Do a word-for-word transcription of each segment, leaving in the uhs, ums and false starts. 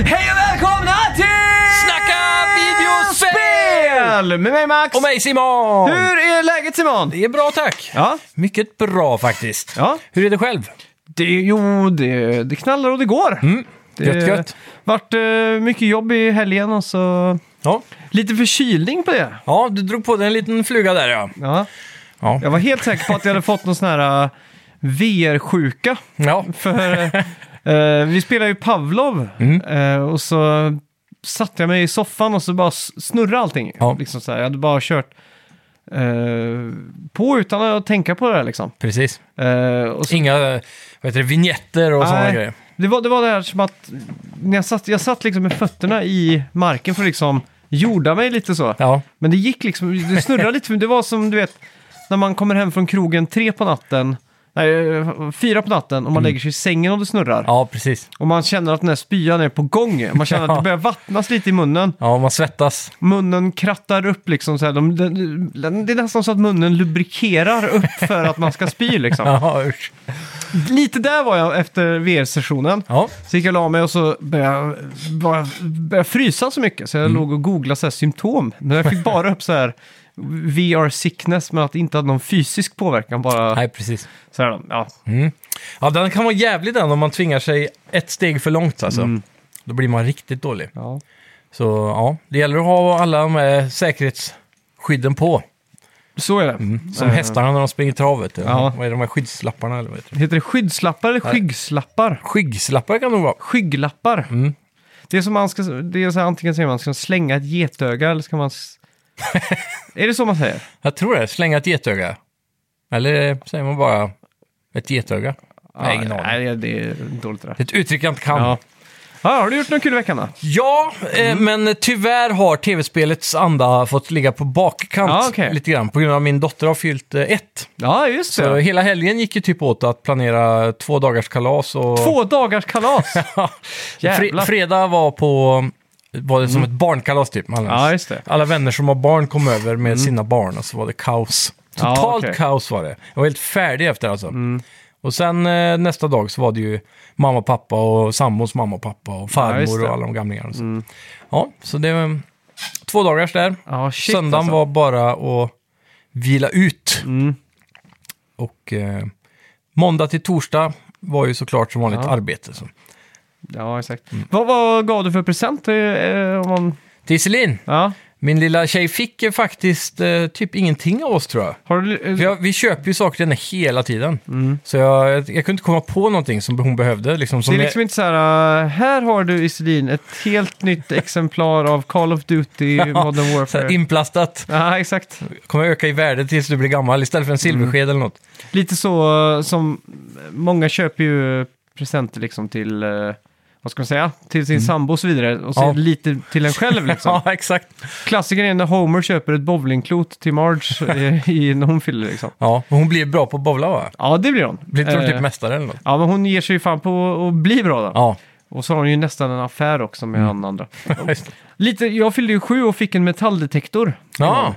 Hej och välkomna till Snacka videospel! Med mig Max. Och mig Simon! Hur är läget Simon? Det är bra tack. Ja. Mycket bra faktiskt. Ja. Hur är det själv? Det, jo, det, det knallar och det går. Mm. Det Gött, gött. Vart uh, mycket jobb i helgen och så Ja. lite förkylning på det. Ja, du drog på dig en liten fluga där ja. Ja. Ja. Jag var helt säker på att jag hade fått någon sån här uh, V R-sjuka. Ja. För uh, vi spelar ju Pavlov Mm. uh, och så satte jag mig i soffan och så bara snurrade allting. Ja. Liksom så här. Jag hade bara kört uh, på utan att tänka på det här liksom. Precis. Uh, och så, Inga vad heter det, vignetter och sådana Nej. grejer. det, var, det var det här som att när jag, satt, jag satt liksom med fötterna i marken för att liksom jorda mig lite så. Ja. Men det gick liksom, det snurrade lite. Det var som du vet, när man kommer hem från krogen tre på natten, nej, fyra på natten och man Mm. lägger sig i sängen och det snurrar. Ja, precis. Och man känner att den här spyan är på gång. Man känner att det börjar vattnas lite i munnen. Ja, man svettas. Munnen krattar upp liksom. Så här. De, de, de, det är nästan så att munnen lubrikerar upp för att man ska spy liksom. Ja, usch. Lite där var jag efter V R-sessionen. Ja. Så gick jag och la mig och så började jag bara, började frysa så mycket. Så jag Mm. låg och googlade så här symptom. Men jag fick bara upp så här V R-sickness, men att det inte hade någon fysisk påverkan. Bara Nej, precis. så här, ja. Mm. Ja, den kan vara jävlig den om man tvingar sig ett steg för långt alltså. Mm. Då blir man riktigt dålig. ja. Så ja, det gäller att ha alla de här säkerhetsskydden på. Så är det. Som Eh, hästarna när de springer travet. Ja. Vad är de här skyddslapparna? Eller vad heter det? Heter det skyddslappar eller Nej. skyggslappar? Skyggslappar kan det nog vara. Skygglappar. Mm. Det är som man ska, det är så här, antingen säger man ska slänga ett getöga eller ska man... s- är det så man säger? Jag tror det, slänga ett getöga. Eller säger man bara ett getöga? Nej, ingen aning. Nej, det är dåligt det där. Det är ett uttryck jag inte kan. Ja. Ja, har du gjort något kul i veckan då? Ja, eh, men tyvärr har tv-spelets anda fått ligga på bakkant Ja, okej. lite grann. På grund av att min dotter har fyllt eh, ett. Ja, just Så det. hela helgen gick ju typ åt att planera två dagars kalas. Och... Två dagars kalas. Fre- Jävlar. fredag var på... Var det som ett barnkalas typ. Alla, Ja, just det. alla vänner som har barn kom över med sina barn och så var det kaos. Ja, Totalt okej. kaos var det. Jag var helt färdig efter alltså. Mm. Och sen eh, nästa dag så var det ju mamma och pappa och sambons mamma och pappa och Ja, just farmor det. och alla de gamlingarna. Och så. Mm. Ja, så det var två dagars där. Ja, shit, Söndagen alltså. var bara att vila ut. Mm. Och eh, måndag till torsdag var ju såklart som vanligt Ja. arbete. Så. Ja, exakt. Vad, vad gav du för present? Eh, om man... Till Celine, Ja. min lilla tjej fick ju faktiskt eh, typ ingenting av oss tror jag. Har du... eh, För jag, vi köper ju saker till henne hela tiden. Mm. Så jag, jag, jag kunde inte komma på någonting som hon behövde. Liksom, som Det är liksom inte så här, uh, här har du Iselin ett helt nytt exemplar av Call of Duty Modern så här Warfare. inplastat. Ja, exakt. Kommer öka i värde tills du blir gammal istället för en silversked eller något. Lite så uh, som många köper ju presenter liksom till, uh, vad ska man säga, till sin sambo och så vidare. Och så Ja. är det lite till en själv liksom. Ja, exakt. Klassikern är när Homer köper ett bowlingklot till Marge i, i, när hon fyller liksom. Ja, och hon blir bra på att bowla va? Ja, det blir hon. Blir inte hon Eh, typ mästare eller något? Ja, men hon ger sig ju fan på att bli bra då. Ja, Och så har hon ju nästan en affär också med han andra. just det. Lite, jag fyllde ju sju och fick en metalldetektor. Ja.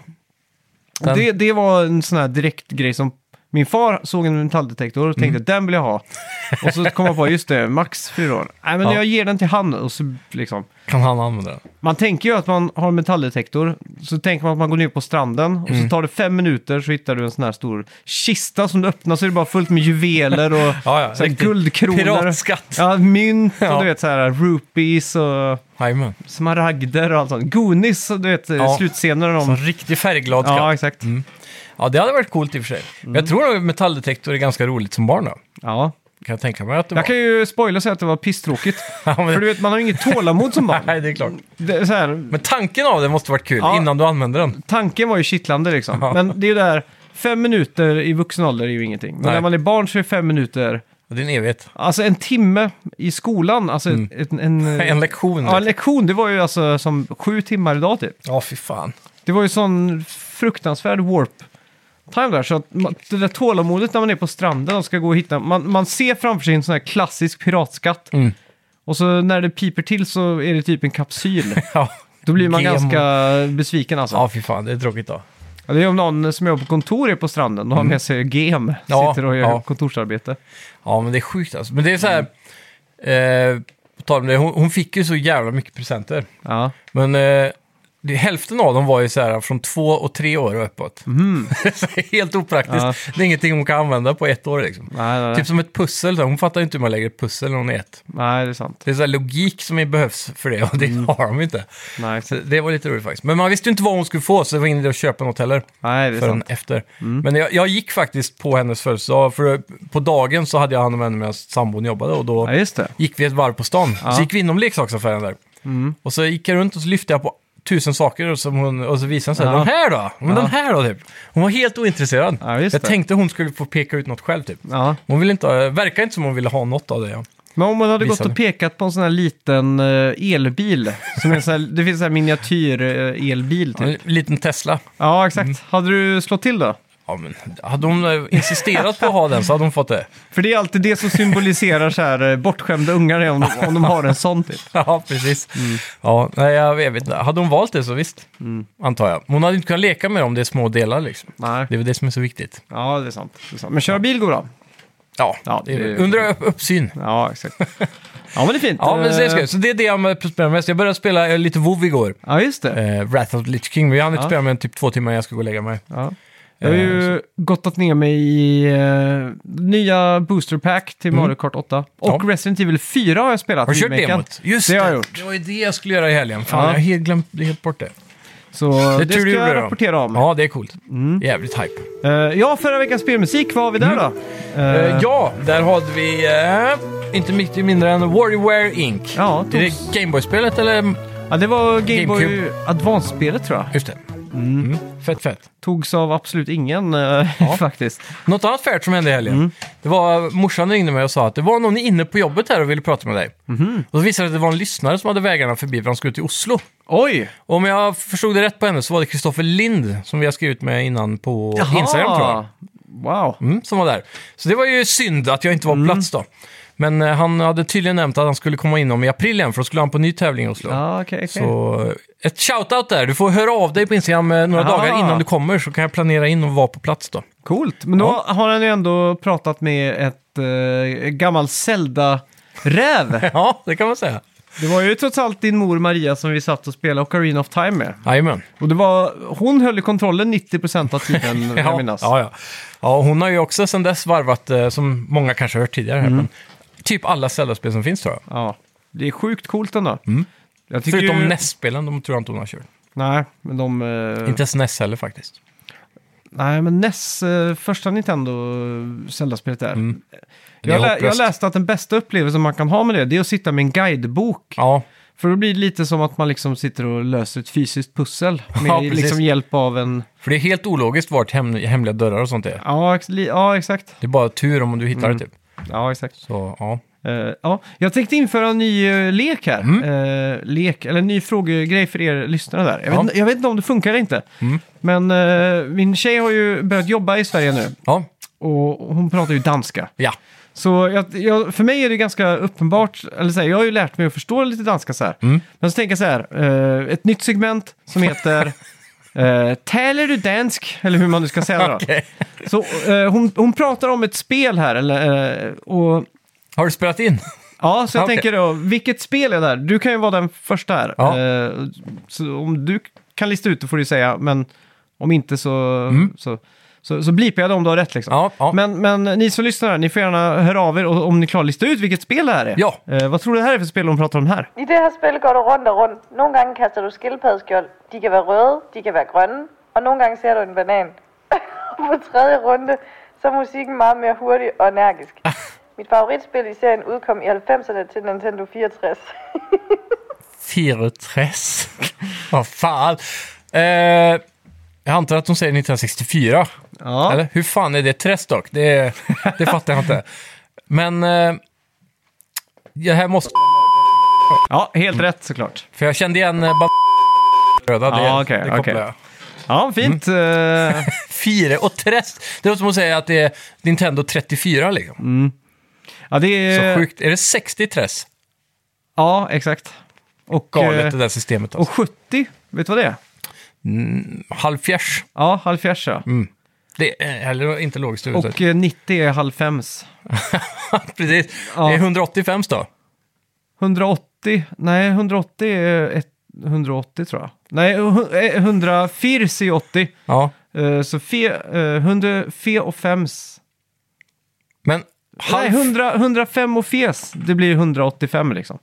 Och Den- det, det var en sån här direkt grej som min far såg en metalldetektor och tänkte den vill jag ha. Och så kom jag på, just det, max fyra år. Nej, men Ja. jag ger den till han och så liksom. Kan han använda den? Man tänker ju att man har en metalldetektor, så tänker man att man går ner på stranden och så tar det fem minuter så hittar du en sån här stor kista som du öppnar så är det bara fullt med juveler och Ja, ja. så här riktigt guldkronor. Piratskatt. Ja, mynt och Ja. du vet så här rupees och Jajamän. smaragder och allt sånt. Goonies och du vet Ja. slutscener En om... riktigt färgglad skatt. Ja, Ja, exakt. det hade varit coolt i och för sig. Men jag tror nog metalldetektor är ganska roligt som barn då. Ja. Kan jag tänka mig att det var. Jag kan ju spoila och säga att det var pisstråkigt. Ja, men... För du vet, man har ju inget tålamod som barn. Nej, det är klart. Det är så här, Men tanken av det måste varit kul Ja. innan du använder den. tanken var ju kittlande liksom. Ja. Men det är ju där, fem minuter i vuxen ålder är ju ingenting. Men Nej. när man är barn så är fem minuter, Det är en evighet. alltså en timme i skolan, alltså Mm. en, en, En lektion. ja, en lektion, det var ju alltså som sju timmar idag typ. Ja, fy fan. Det var ju sån fruktansvärd warp time där, så att man, det där tålamodet när man är på stranden och ska gå och hitta, man, man ser framför sig en sån här klassisk piratskatt. Mm. Och så när det piper till så är det typ en kapsyl. Ja. Då blir man Gem. ganska besviken alltså. Ja, fy fan. Det är tråkigt då. Ja, det är om någon som jobbar på kontor är på stranden och har med sig gem. Ja, Sitter och gör ja. kontorsarbete. Ja, men det är sjukt alltså. Men det är så här... Eh, på tal om det, hon, hon fick ju så jävla mycket presenter. Ja. Men eh, det, hälften av dem var ju så här från två och tre år och uppåt. Mm. Så helt opraktiskt. Ja. Det är ingenting hon kan använda på ett år liksom. Nej, nej, Typ som ett pussel. Hon fattar ju inte hur man lägger ett pussel när hon är ett. nej, det är sant. Det är så här logik som är behövs för det och det Mm. har de inte. Nej, Så det var lite roligt faktiskt. Men man visste ju inte vad hon skulle få så det var ingen idé att köpa något heller. nej det är Förrän sant. Mm. efter. Men jag, jag gick faktiskt på hennes födelsedag. För på dagen så hade jag hand om henne medan sambon jobbade. Och då Ja, just det. gick vi ett varv på stan. Ja. Så gick vi inom leksaksaffären där. Mm. Och så gick jag runt och så lyfte jag på tusen saker och, som hon, och så visade hon sig. Ja. Den här då? Men Ja. den här då typ. Hon var helt ointresserad. Ja, just jag det. tänkte hon skulle få peka ut något själv typ. Ja. Hon ville inte, ha- verkar inte som hon ville ha något av det. Ja. Men om man hade Visade. gått och pekat på en sån här liten eh, elbil, som är en sån här, det finns en sån här miniatyr eh, elbil typ. En liten Tesla. Ja, exakt. Mm. Hade du slått till då? Ja, men hade hon eh, insisterat på att ha den så hade hon fått det. För det är alltid det som symboliserar så här eh, bortskämda ungar om, om de har en sån typ. Ja, precis. Ja, nej, jag vet inte. Hade hon valt det så visst, antar jag. Hon hade inte kunnat leka med det om det är små delar liksom. Nej, Det är väl det som är så viktigt. ja det är sant. Det är sant. Men köra bil går bra. Ja, Ja, det är, det- under upp, uppsyn. Ja, exakt. Ja, men det är fint. Ja, men det, är Eh, skoj. Så det är det jag spelar mest. Jag började spela eh, lite WoW igår. Ja, just det. Eh, Wrath of the Lich King. Vi hann inte Ja. spela med en typ två timmar jag ska gå och lägga mig. Ja. Jag har ju gottat ner mig i uh, nya booster pack till Mario Kart åtta. Och Ja. Resident Evil fyra har jag spelat. Har du kört remaken. demot? Just Det det, har jag gjort. det var ju det jag skulle göra i helgen. Fan, Ja. jag har helt glömt helt bort det. Så det, tur ska du gjorde jag det då. rapportera om. Ja, det är coolt. Jävligt hype. Eh, ja, förra veckans spelmusik, vad har vi där då? Eh, Eh, ja, där hade vi eh, inte mycket mindre än WarioWare Incorporated. Ja, Är togs, det Gameboy-spelet eller? ja, det var Game Boy GameCube. Advance-spelet tror jag. Just det. Mm. Fett, fett. Togs av absolut ingen eh, faktiskt. Något annat färt som hände i helgen. Mm. Det var, morsan ringde mig och sa att det var någon inne på jobbet här och ville prata med dig. Mhm. Och så visade det att det var en lyssnare som hade vägarna förbi för han skulle till Oslo. Oj! Och om jag förstod det rätt på henne så var det Kristoffer Lind som vi har skrivit med innan på Jaha. Instagram tror jag. Wow. Mm, som var där. Så det var ju synd att jag inte var på Mm. plats då. Men eh, han hade tydligen nämnt att han skulle komma in om i april igen för då skulle han på ny tävling i Oslo. Ja, okej, okej. Så eh, ett shoutout där. Du får höra av dig på Instagram eh, några Aha. dagar innan du kommer så kan jag planera in och vara på plats då. Coolt. Men då har han ju ändå pratat med ett uh, gammalt Zelda-räv. Ja, det kan man säga. Det var ju trots allt din mor Maria som vi satt och spelade Ocarina of Time med. Jajamän. Och det var, hon höll i kontrollen nittio procent av tiden, vill jag Ja, minnas. ja, ja. Ja, hon har ju också sedan dess varvat, eh, som många kanske har hört tidigare här, Mm. men typ alla Zelda-spel som finns tror jag. Ja. Det är sjukt coolt ändå. Mm. Jag tycker Förutom ju... N E S-spelen, de tror jag inte hon har kört. Nej, men de... eh, Inte ens N E S heller faktiskt. Nej, men N E S, eh, första Nintendo eh, Zelda-spelet där. Mm. Det är Jag, lä- jag hopplöst. läste att den bästa upplevelsen man kan ha med det, det är att sitta med en guidebok. Ja, För då blir det lite som att man liksom sitter och löser ett fysiskt pussel. Med Ja, precis. liksom hjälp av en... för det är helt ologiskt vart hem, hemliga dörrar och sånt är. Ja, ex- li- ja exakt. Det är bara tur om du hittar Mm. det typ. Ja, exakt. Så, ja. Eh, ja, jag tänkte införa en ny eh, lek här. Mm. Eh, lek, eller en ny frågegrej för er lyssnare där. Jag, Ja. vet, inte- jag vet inte om det funkar eller inte. Mm. Men eh, min tjej har ju börjat jobba i Sverige nu. Ja, Och hon pratar ju danska. ja. Så jag, jag, för mig är det ganska uppenbart, eller så här, jag har ju lärt mig att förstå lite danska så här. Mm. Men så tänker jag så här, eh, ett nytt segment som heter eh, Talar du dansk? Eller hur man nu ska säga då. Okej. Så eh, hon, hon pratar om ett spel här, eller, eh, och Har du spelat in? ja, så jag Okej. tänker då, vilket spel är det där? Du kan ju vara den första här. Ja. Eh, så om du kan lista ut det får du säga, men om inte så, så, så, så blipar jag det om du har rätt liksom. Ja, ja. Men, men ni som lyssnar här, ni får gärna höra av er och, om ni klarar att lista ut vilket spel det här är. Ja. Eh, vad tror du det här är för spel hon pratar om här? I det här spelet går du rundt og rundt. Nogle gange kaster du skildpaddeskjold. De kan være røde, de kan være grønne. Og nogle gange ser du en banan. På tredje runde, så er musikken meget mere hurtig og energisk. Mit favoritspil i serien udkom i halvfemserne til Nintendo fireogtres. fireogtres? Vad fan? Eh, jag antar att de säger nittonhundrasextiofyra. Ja. Eller hur fan är det träsk dock? Det, det fattar jag inte. Men eh, det här måste... Ja, helt rätt såklart. För jag kände igen eh, ba- röda. Det, Ja, okej, det kopplar okej. jag. Ja, fint. Mm. Eh, Fyra och träsk. Det låter som att säga att det är Nintendo trettiofyra liksom. ja, det är... Så sjukt. Är det sextio träsk? Ja, exakt. Och, Galet eh, det där systemet och alltså. sjuttio, vet du vad det är? Halvfjärs. Ja, halvfjärs ja. Mm. Det är heller inte logiskt överhuvudtaget. Och eh, nittio är halvfems. Precis. Ja. Det är hundraåttiofem då. hundraåttio, nej hundraåttio är ett, hundraåttio tror jag. Nej, hundra Firs är åttio. Ja. Uh, så fe, uh, hundra fe och fems. Men halv... Nej, hundra, hundrafem och fes. Det blir hundraåttiofem liksom.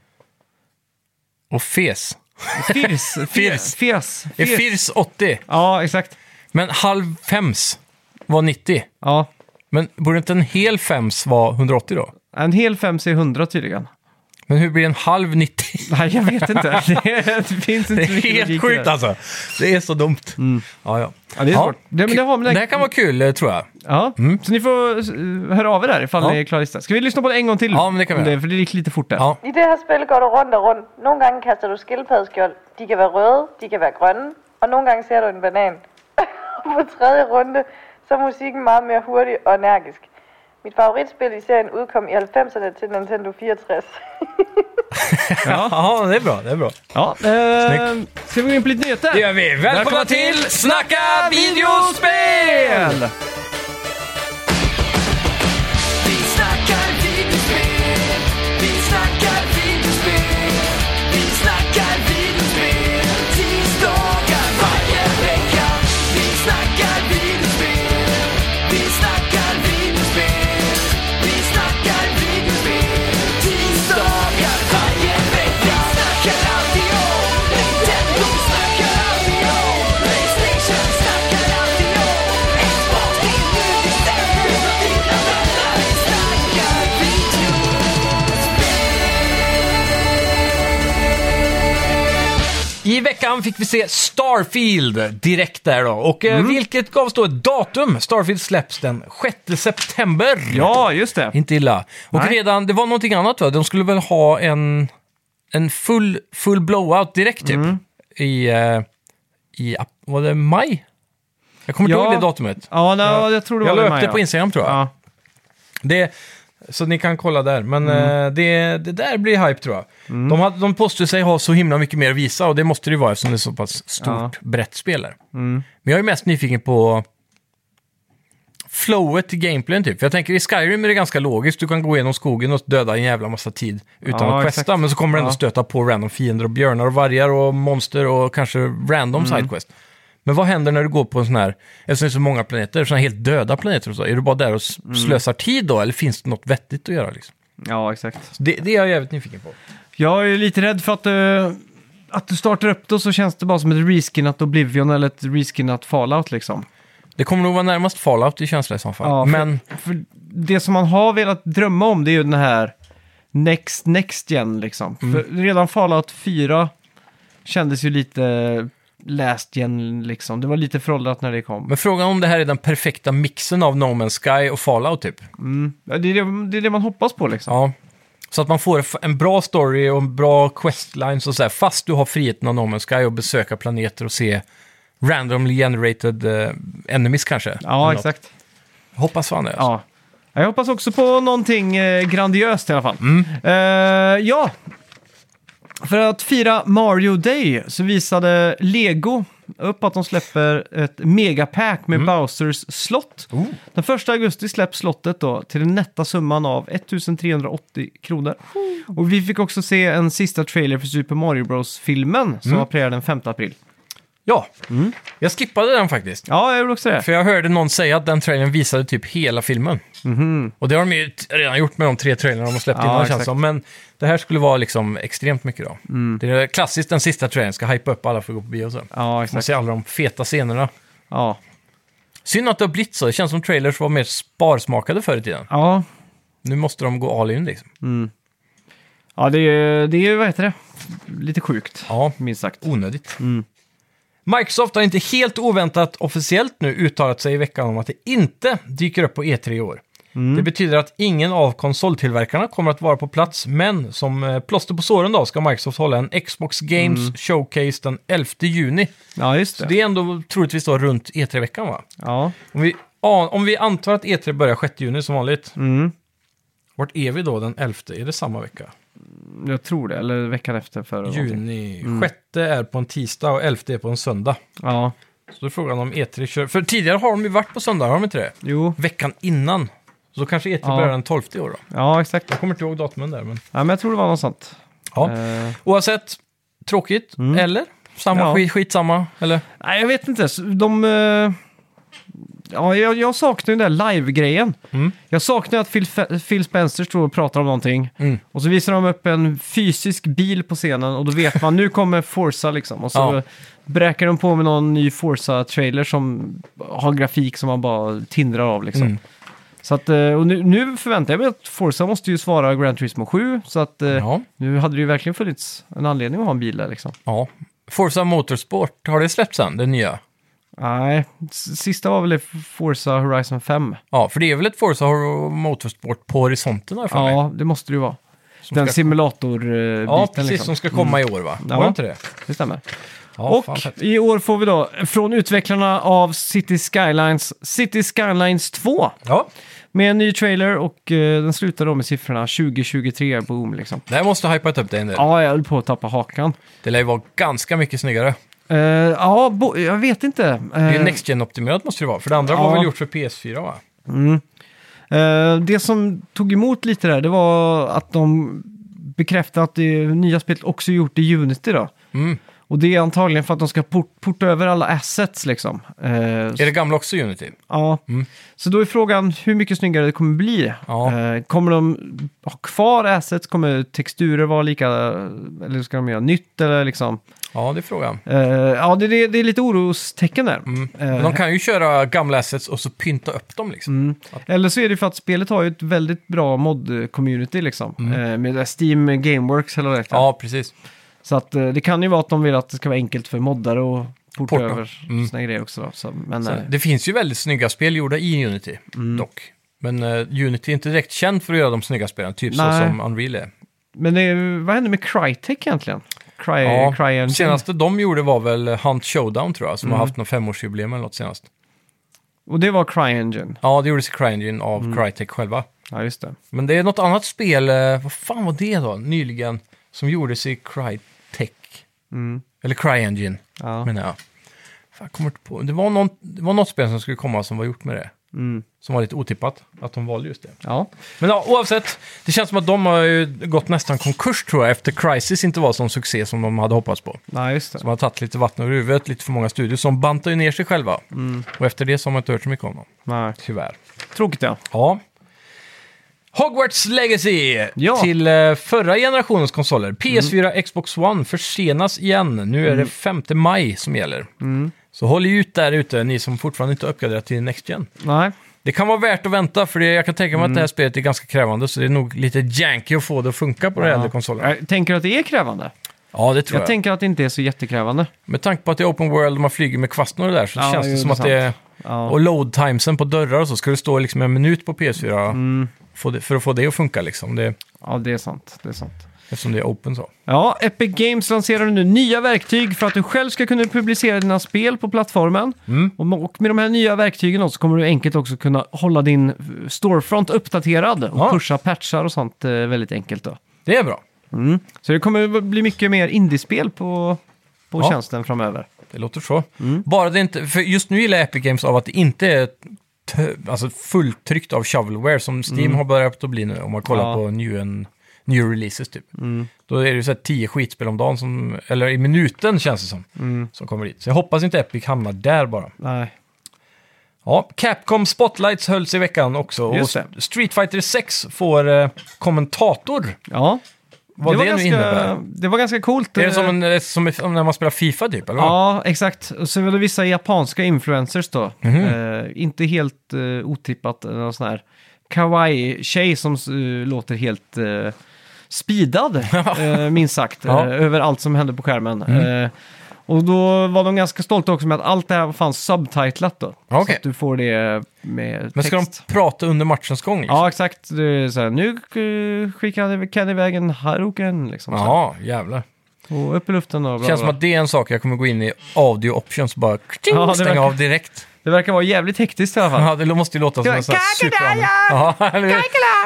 Och fes. Firs. Firs. Fes. Är Firs åttio? Ja, exakt. Men halv fems var nittio. Ja. Men borde inte en hel fems vara hundraåttio då? En hel fems är hundra tydligen. Men hur blir en halv nittio? Nej, jag vet inte. Det, det finns inte Det så är mycket helt logik sjukt där. alltså. Det är så dumt. Mm. Ja, ja. Ja, det är svårt. Det, men det, har med Det här kan vara kul, eh, tror jag. Ja, så ni får uh, höra av er där ifall Ja. ni är klara lista. Ska vi lyssna på det en gång till? Ja, men det kan vi Om göra. För det gick lite fort där. Ja. I det här spelet går du runt och runt. Nogle gange kastar du skildpaddeskjold. De kan vara röda, de kan vara gröna. Och någon gång ser du en banan. Och på tredje runde så är musiken mycket mer hurtig och energisk. Mitt favoritspel i serien utkom i halvfemserne till Nintendo fyrahundratre. Ja, Ja, det är bra. Det är bra. ja. Eh, ska vi gå in på lite nyheter? Det gör vi. Välkomna till Snacka videospel! Vi snackar videospel, vi snackar videospel, vi snackar videospel, tisdagar varje vecka. Vi snackar videospel, vi snackar videospel, vi snackar videospel, tisdagar varje vecka. Snackar alltid om Nintendo, snackar alltid om PlayStation, snackar alltid om Xbox, det är nu vi ställer och dina vänner. Vi snackar I veckan fick vi se Starfield direkt där då. Och eh, vilket gavs då ett datum. Starfield släpps den sjätte september. Ja, just det. Inte illa. Och Nej. redan, det var någonting annat va? De skulle väl ha en, en full, full blowout direkt typ. I, eh, i, ap- var det maj? Jag kommer inte Ja. ihåg det datumet. Ja, nej, jag tror det Jag var la det upp det på Instagram tror jag. Ja. Det, så ni kan kolla där. Men eh, det, det där blir hype tror jag. De, hade, de påstår sig ha så himla mycket mer att visa och det måste det ju vara eftersom det är så pass stort, Ja. brett spel där. Men jag är mest nyfiken på flowet i gameplayen typ. För jag tänker i Skyrim är det ganska logiskt. Du kan gå igenom skogen och döda en jävla massa tid utan Ja, att questa. exakt. Men så kommer du ändå Ja. stöta på random fiender och björnar och vargar och monster och kanske random sidequest. Men vad händer när du går på en sån här, eftersom det är så många planeter, såna här helt döda planeter och så, är du bara där och s- slösar tid då? Eller finns det något vettigt att göra liksom? Ja, exakt. Så det, det är jag jävligt nyfiken på. Jag är lite rädd för att, uh, att du startar upp det och så känns det bara som ett reskinnat Oblivion eller ett reskinnat Fallout liksom. Det kommer nog vara närmast Fallout i känsla i så fall. Ja, för, Men för det som man har velat drömma om det är ju den här next, next gen liksom. För redan Fallout fyra kändes ju lite last gen liksom. Det var lite föråldrat när det kom. Men frågan om det här är den perfekta mixen av No Man's Sky och Fallout typ. Ja, det, är det, det är det man hoppas på liksom. Ja. Så att man får en bra story och en bra questlines och så här, fast du har friheten av No Man's Sky och besöka planeter och se randomly generated uh, enemies kanske. Ja, Eller exakt. något. Hoppas fan det. Ja. Jag hoppas också på någonting eh, grandiöst i alla fall. Mm. Eh, ja, för att fira Mario Day så visade Lego upp att de släpper ett megapack med Bowsers slott. Oh. Den första augusti släpps slottet då till den nätta summan av ettusentrehundraåttio kronor. Och vi fick också se en sista trailer för Super Mario Bros-filmen som var premiär den femte april. Ja, jag skippade den faktiskt. Ja, jag gjorde också det. För jag hörde någon säga att den trailern visade typ hela filmen. Och det har de ju t- redan gjort med de tre trailerna de har släppt Ja, innan känns exakt. som. Men det här skulle vara liksom extremt mycket då. Det är klassiskt, den sista trailern ska hypa upp alla för att gå på bio och så. Ja, Man exakt. ser alla de feta scenerna. Ja, Synd att det har blivit så. Det känns som trailers var mer sparsmakade förr i tiden. ja. Nu måste de gå all in liksom. ja det är det är, vad heter det? Lite sjukt, Ja, minst sagt. onödigt. Microsoft har inte helt oväntat officiellt nu uttalat sig i veckan om att det inte dyker upp på E tre i år. Det betyder att ingen av konsoltillverkarna kommer att vara på plats, men som eh, plåster på såren då ska Microsoft hålla en Xbox Games Showcase den elfte juni. Ja, just det. Det är ändå troligtvis då runt E tre-veckan va? Ja. Om vi, ja, om vi antar att E tre börjar sjätte juni som vanligt, Mm. vart är vi då den elfte? Är det samma vecka? Jag tror det, eller veckan efter för Juni. Sjätte är på en tisdag och elfte är på en söndag. Ja, Så då är frågan om E tre kör... För tidigare har de ju varit på söndag, har de inte det? jo. Veckan innan Så kanske E tre Ja. börjar den tolfte i år då. Ja, exakt. Jag kommer inte ihåg datumen där, men... Ja, men jag tror det var något sånt. Ja. Eh, Oavsett, tråkigt, eller? Samma Ja. skit, skit samma, eller? nej, jag vet inte. Så De... eh, ja, jag, jag saknar ju den där live-grejen. Mm. Jag saknar att Phil, Fe- Phil Spencer står och pratar om någonting. Mm. Och så visar de upp en fysisk bil på scenen och då vet man, nu kommer Forza liksom. Och så Ja. bräker de på med någon ny Forza-trailer som har grafik som man bara tindrar av liksom. Mm. Så att, eh, och nu, nu förväntar jag mig att Forza måste ju svara Gran Turismo sju. Så att eh, Ja. nu hade det ju verkligen funnits en anledning att ha en bil där liksom. ja. Forza Motorsport, har det släppts sen, det nya? Nej, s- sista var väl Forza Horizon fem. Ja, för det är väl ett Forza Motorsport på horisonten här för mig. Ja, det måste det ju vara. Som Den ska- simulator-biten Ja, precis, liksom. som ska komma i år va? Ja. Var det inte det? Det stämmer. Ja, fan och fett. i år får vi då från utvecklarna av City Skylines, City Skylines två. Ja, Med en ny trailer och eh, den slutar då med siffrorna tjugo tjugotre, boom liksom. det här måste ha hypat upp det en del. Ja, jag höll på att tappa hakan. Det lär ju vara ganska mycket snyggare. Eh, ja, bo- jag vet inte. Eh, Det är Next Gen-optimerat måste det vara, för det andra ja. var väl gjort för P S fyra va? eh, det som tog emot lite där, det var att de bekräftade att det nya spelet också gjort i Unity då. Mm. Och det är antagligen för att de ska port- porta över alla assets liksom. Eh, Är det gamla också Unity? Ja, Mm. så då är frågan hur mycket snyggare det kommer bli. Ja. Eh, kommer de ha kvar assets? Kommer texturer vara lika, eller ska de göra nytt eller liksom? Ja, det är frågan. Eh, ja, det, det, det är lite orostecken där. Mm. Eh, Men de kan ju köra gamla assets och så pynta upp dem liksom. mm. Eller så är det för att spelet har ju ett väldigt bra mod-community liksom. Eh, med Steam Gameworks eller vad det heter. Ja, precis. Så att, eh, det kan ju vara att de vill att det ska vara enkelt för moddare att porta Porta. över Mm. sina grejer också. Då. Så, men, Så, eh, det finns ju väldigt snygga spel gjorda i Unity, Mm. dock. Men uh, Unity är inte direkt känd för att göra de snygga spelen, typ så Nej. som Unreal är. men det, är- vad händer med Crytek egentligen? Cry, Ja, CryEngine? senaste de gjorde var väl Hunt Showdown tror jag, som Mm. har haft någon femårsjubileum eller något senast. Och det var CryEngine. Ja, det gjordes i CryEngine av Mm. Crytek själva. Ja, just det. Men det är något annat spel, eh, vad fan var det då, nyligen, som gjordes i Crytek. Mm. Eller CryEngine, Ja. menar jag. Fan, jag kommer inte på. Det var, någon, det var något spel som skulle komma som var gjort med det. Mm. Som var lite otippat, att de valde just det. Ja. Men ja, oavsett, det känns som att de har ju gått nästan konkurs tror jag, efter Crysis inte var sån succé som de hade hoppats på. Nej, just det. De har tagit lite vatten ur huvudet, lite för många studios, som bantar ju ner sig själva. Mm. Och efter det så har man inte hört så mycket om dem, Nej. tyvärr. Tråkigt, ja. Ja. Hogwarts Legacy Ja. till eh, förra generationens konsoler. P S fyra, Xbox One försenas igen. Nu är det femte maj som gäller. Mm. Så håll ut där ute, ni som fortfarande inte har uppgraderat till Next Gen. Nej. Det kan vara värt att vänta, för det, jag kan tänka mig att det här spelet är ganska krävande, så det är nog lite janky att få det att funka på de Ja. äldre konsolerna. Jag tänker att det är krävande. Ja, det tror Jag jag. tänker att det inte är så jättekrävande. Med tanke på att det är open world och man flyger med kvasten och det där, så Ja, känns det jo, som det är att det är... Ja. Och load timesen på dörrar och så, ska det stå liksom en minut på P S fyra Mm. få det, för att få det att funka liksom, det, Ja, det är sant. Det är sant. eftersom det är open så. Ja, Epic Games lanserar nu nya verktyg för att du själv ska kunna publicera dina spel på plattformen. Mm. Och med- och med de här nya verktygen också kommer du enkelt också kunna hålla din eh, storefront uppdaterad och Ja. pusha patchar och sånt eh, väldigt enkelt då. Det är bra. Mm. Så det kommer bli mycket mer indiespel på, på Ja. tjänsten framöver. Det låter så. Mm. Bara det inte, för just nu gillar Epic Games av att det inte är t- alltså fulltryckt av shovelware som Steam har börjat att bli nu, om man kollar Mm. Ja. på new, and, new releases typ. Mm. Då är det ju så här tio skitspel om dagen, som, eller i minuten känns det som, Mm. som kommer dit. Så jag hoppas inte Epic hamnar där bara. Nej. Ja, Capcom Spotlights hölls i veckan också. Just och det. Street Fighter sex får eh, kommentator. Ja. Vad det, var nu ganska, innebär. det var ganska coolt. Är det som, en, eh, som som när man spelar FIFA typ? Eller vad? Ja, exakt. Och så var det vissa japanska influencers då. Mhm. Eh, inte helt eh, otippat, eh, någon sån här kawaii-tjej som eh, låter helt eh, speedad, eh, minst sagt, Ja. Mm. eh, över allt som hände på skärmen. Eh, och då var de ganska stolta också med att allt det här fanns subtitlat då. Okej. Så att du får det med text. Men ska de prata under matchens gång? Liksom? Ja, exakt. Det är så här, nu uh, skickade Ken iväg en Haruken liksom. Så här. Jaha, jävlar. Och upp i luften och bla, Känns bla. som att det är en sak jag kommer gå in i audio options bara kting, Ja, det stänga verkar- av direkt. Det verkar vara jävligt hektiskt i alla fall. Ja, det måste ju låta som en sån här super... Ja, eller hur?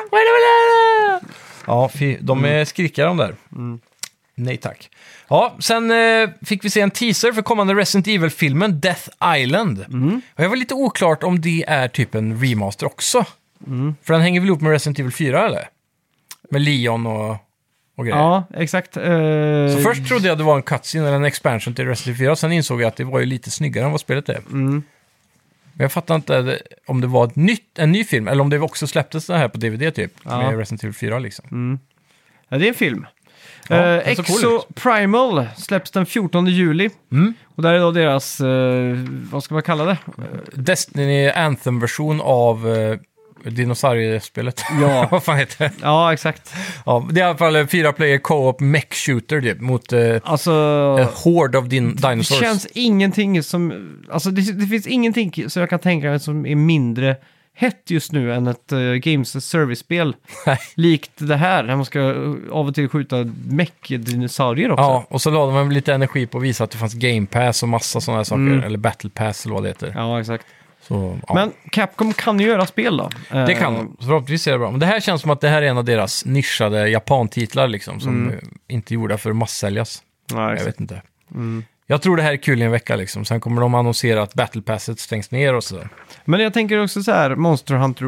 Ja, fy, de är skrikiga de där. Nej tack. Ja, sen eh, fick vi se en teaser för kommande Resident Evil-filmen Death Island. Och jag var lite oklart om det är typ en remaster också. Mm. För den hänger väl ihop med Resident Evil fyra, eller? Med Leon och, och grejer. Ja, exakt. Uh, Så först trodde jag det var en cutscene eller en expansion till Resident Evil fyra. Sen insåg jag att det var ju lite snyggare än vad spelet är. Mm. Men jag fattar inte om det var ett nytt, en ny film eller om det också släpptes det här på D V D typ. Ja. Med Resident Evil fyra liksom. Mm. Ja, det är en film. Ja, uh, den ser cool Exo ut. Primal släpps den fjortonde juli. Mm. Och där är då deras, uh, vad ska man kalla det? Destiny Anthem-version av uh, dinosauriespelet. Ja. Vad fan heter det? Ja, exakt. Ja, det är i alla fall en fyra player co-op mech shooter typ, mot uh, Alltså... en horde of din- Det dinosaurs. känns ingenting som... Alltså det, det finns ingenting som jag kan tänka mig som är mindre hett just nu än ett uh, Games as Service-spel. Nej. Likt det här, där man ska uh, av och till skjuta mech-dinosaurier också. Ja, och så lade man lite energi på att visa att det fanns Game Pass och massa sådana här saker. Mm. Eller Battle Pass eller vad det heter. Ja, exakt. Så, ja. Men Capcom kan ju göra spel då. Det Eh, kan de. Så förhoppningsvis är det bra. Men det här känns som att det här är en av deras nischade japantitlar liksom. Som Mm. eh, inte är gjorda för att massäljas. Ja, Jag exakt. vet inte. Mm. Jag tror det här är kul i en vecka liksom. Sen kommer de annonsera att Battle Passet stängs ner och så. Men jag tänker också så här, Monster Hunter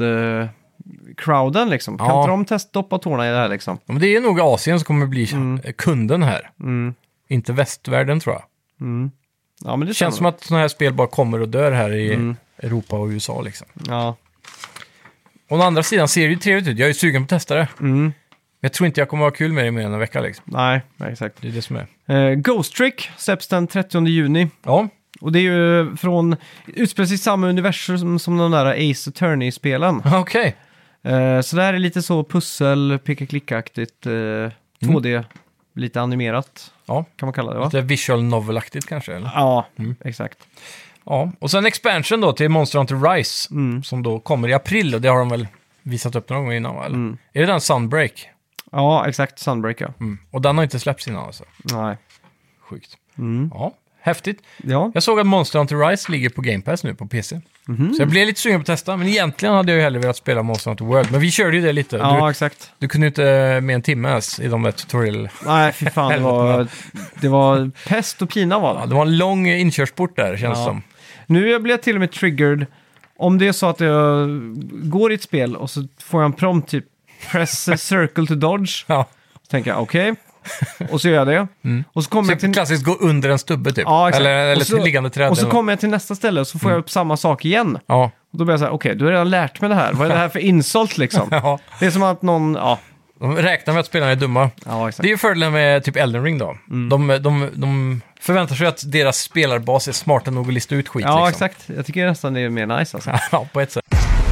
World-crowden liksom. Kan Ja. inte de testa doppa tårna i det här liksom? Ja, men det är nog Asien som kommer bli Mm. kunden här. Mm. Inte västvärlden tror jag. Mm. Ja, men det Det känns stämmer. som att sådana här spel bara kommer och dör här i Mm. Europa och U S A liksom. Ja. Och å andra sidan ser det ju trevligt ut. Jag är ju sugen på att testa det. Mm. Men jag tror inte jag kommer ha kul med det i mer än en vecka liksom. Nej, exakt. Det är det som är. Eh, Ghost Trick släpps den trettionde juni. Ja, Och det är ju från, utspelar sig i samma universum som, som de där Ace Attorney-spelen. okej. Eh, så det här är lite så pussel, picka-klicka-aktigt, eh, två D, lite animerat Ja, kan man kalla det va? lite visual novel-aktigt kanske. Eller? Ja, Mm. exakt. Ja, och sen expansion då till Monster Hunter Rise. Mm. Som då kommer i april och det har de väl visat upp någon gång innan va? Eller? Mm. Är det den Sunbreak? Ja, exakt. Sunbreak, ja. Mm. Och den har inte släppts innan alltså. Nej. Sjukt. Mm. Ja, häftigt. Ja. Jag såg att Monster Hunter Rise ligger på Game Pass nu på P C. Mhm. Så jag blev lite sugen på att testa, men egentligen hade jag ju hellre velat spela Monster Hunter World. Men vi körde ju det lite. Ja, Du, exakt. du kunde ju inte med en timme ens i de där tutorial... Nej, fy fan. Det var, det var pest och pina var det. Ja, det var en lång inkörsport där, känns det Ja. som. Nu blir jag till och med triggered. Om det är så att jag går i ett spel och så får jag en prompt typ press circle to dodge. Ja. Så tänker jag okej. Och så gör jag det. Mm. Och så kommer jag Så till... klassiskt gå under en stubbe typ. Ja, exakt. eller eller Och så- till liggande träd. Och så eller- kommer jag till nästa ställe och så får jag upp samma sak igen. Ja. Och då blir jag så här, okej, du har redan lärt mig det här. Vad är det här för insult liksom? ja. Det är som att någon, ja. De räknar med att spelarna är dumma. Ja, exakt. Det är ju fördelen med typ Elden Ring då. Mm. De, de, de förväntar sig att deras spelarbas är smarta nog att lista ut skit. Ja, liksom. exakt. Jag tycker nästan det är mer nice alltså. Ja, på ett sätt.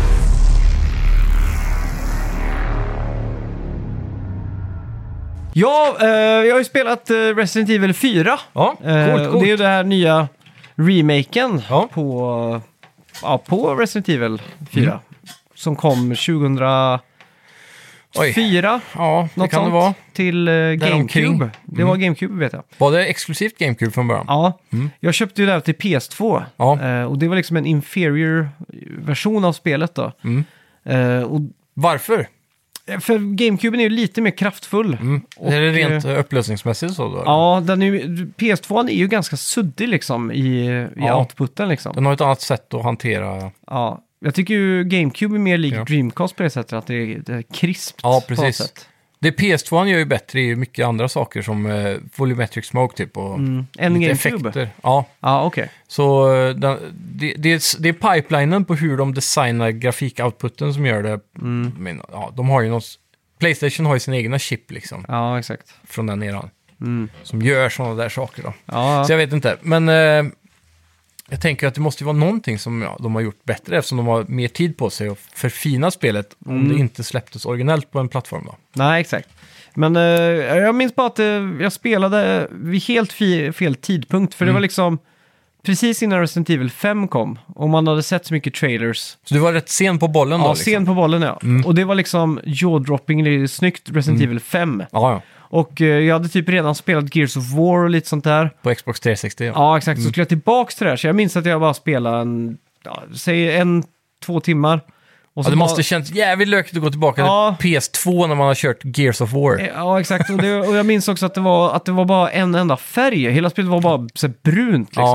Ja, eh, jag har ju spelat eh, Resident Evil fyra. Ja, Eh, coolt, och coolt. det är ju den här nya remaken Ja. på, ja, på Resident Evil fyra. Mm. Som kom tjugohundrafyra, Oj. Ja, det något kan sånt, det vara. till eh, Däromkring. GameCube. Det var GameCube vet jag. Var det exklusivt GameCube från början? Ja, Mm. jag köpte ju det här till P S två. Ja. Eh, och det var liksom en inferior version av spelet då. Mm. Eh, och, Varför? för GameCuben är ju lite mer kraftfull. Mm. Och, är det rent eh, eh, upplösningsmässigt så då? eller? Ja, den är ju, P S två är ju ganska suddig liksom i, i Ja. outputen liksom. Den har ett annat sätt att hantera... Ja, jag tycker ju GameCube är mer lik Ja. Dreamcast på det sättet, att det är, det är krispt Ja, på något precis. sätt. Det P S två gör ju bättre är ju mycket andra saker som eh, volumetric smoke typ och Mm. En lite GameCube? effekter. Ja, Ja, okej. så eh, den, det, det, är, det är pipelinen på hur de designar grafikoutputen som gör det. Mm. Men, ja, de har ju något... Playstation har ju sin egna chip liksom, Ja, exakt. från den eran. Mm. Som gör sådana där saker då. Ja, Så jag vet inte, men eh, jag tänker att det måste ju vara någonting som ja, de har gjort bättre eftersom de har mer tid på sig att förfina spelet om Mm. det inte släpptes originellt på en plattform då. nej, exakt. Men eh, jag minns bara att eh, jag spelade vid helt fi- fel tidpunkt, för det Mm. var liksom precis innan Resident Evil fem kom. Och man hade sett så mycket trailers. Så du var rätt sen på bollen då? Ja, Liksom. sen på bollen ja. Mm. Och det var liksom jaw-dropping snyggt Resident Mm. Evil fem. Ja, ja. Och eh, jag hade typ redan spelat Gears of War och lite sånt där. På Xbox tre sextio. Ja. Ja, exakt. Så skulle jag tillbaka till det här. Så jag minns att jag bara spelade en, ja, säg en, två timmar. Och Ja, så det bara- måste känns jävligt lökigt att gå tillbaka Ja. till P S två när man har kört Gears of War. Ja, exakt. Och, det, och jag minns också att det, var, att det var bara en enda färg. Hela spelet var bara så här brunt liksom. Ja.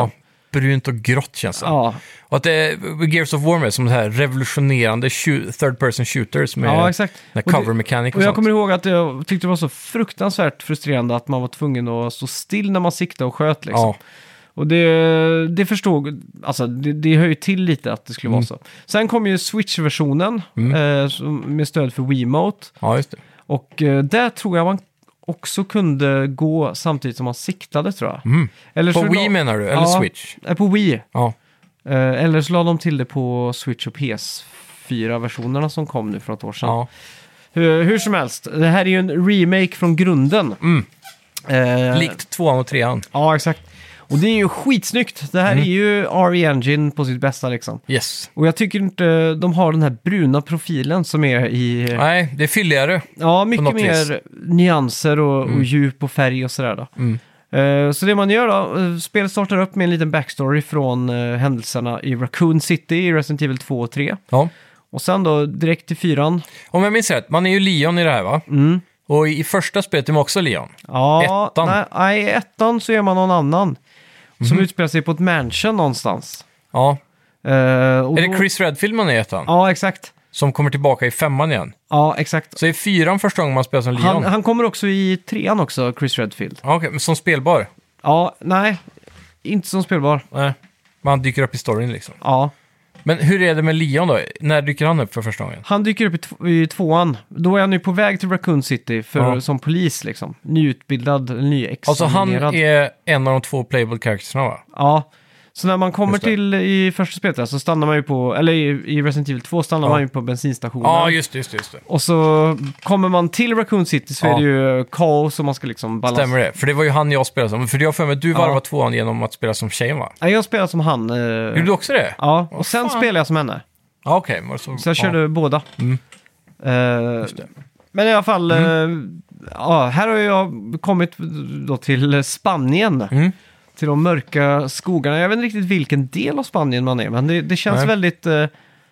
brunt och grått känns det. Ja, Och att det är Gears of War med som det här revolutionerande shoot, third person shooters med ja exakt. med Och det- cover mechanic och, Och jag sånt. kommer ihåg att jag tyckte det var så fruktansvärt frustrerande att man var tvungen att stå still när man siktade och sköt liksom. Ja, Och det, det förstod, alltså det, det hör ju till lite att det skulle Mm. vara så. Sen kom ju Switch-versionen eh, som- med stöd för Wiimote. ja, just det. Och eh, där tror jag man också kunde gå samtidigt som man siktade tror jag. Mm. Eller På så Wii la- menar du? Eller Ja. Switch? Eh, på Wii. Ja. Eh, eller så la de till det på Switch och P S fyra-versionerna som kom nu för ett år sedan. ja. Hur, hur som helst, det här är ju en remake från grunden. Mm. Eh, Likt tvåan och trean. Ja, exakt. Och det är ju skitsnyggt. Det här Mm. är ju R E Engine på sitt bästa liksom. Yes. Och jag tycker inte de har den här bruna profilen som är i... Nej, det är fylligare. Ja, mycket något mer vis. nyanser och, och djup och färg och sådär då. Mm. Eh, så det man gör då, uh, spelet startar upp med en liten backstory från eh, händelserna i Raccoon City i Resident Evil två och tre. Ja. Och sen då direkt till fyran. Om jag minns rätt, man är ju Leon i det här va? Mm. Och i första spelet är man också Leon. Ja, Ettan. Nej, nej, i ettan så är man någon annan. Som Mhm. utspelar sig på ett mansion någonstans. Ja. Eh, och Är då- det Chris Redfield man är i ettan? Ja, exakt. Som kommer tillbaka i femman igen. Ja, exakt. Så i fyran första gången man spelar som Leon? Han, han kommer också i trean också, Chris Redfield. Ja, okej, men som spelbar? Ja, nej. Inte som spelbar. Nej. Man dyker upp i storyn liksom. Ja. Men hur är det med Leon då? När dyker han upp för första gången? Han dyker upp i, tv- i tvåan. Då är han ju på väg till Raccoon City för, Ja. som polis liksom. Nyutbildad, nyexaminerad. Alltså han är en av de två playable charactersna va? Ja. Så när man kommer Just det. till i första spelet där, så stannar man ju på, eller i, i Resident Evil två stannar Ja. man ju på bensinstationen. Ja, just det, just det. Just det. Och så kommer man till Raccoon City så Ja. är det ju kaos och man ska liksom balansera. Stämmer det? För det var ju han jag spelade som. För jag har för mig att du varvade Ja. tvåan genom att spela som tjejen va? Nej, jag spelar som han. Eh, Gjorde du också det? Ja, och Vad sen fan. spelar jag som henne. Ja, okej. Okay. Så, Så jag körde båda. Mm. Eh, Just det. men i alla fall, Mm. eh, ja, här har jag kommit då till Spanien. Mm. Till de mörka skogarna. Jag vet inte riktigt vilken del av Spanien man är, men det, det känns Nej. väldigt... eh,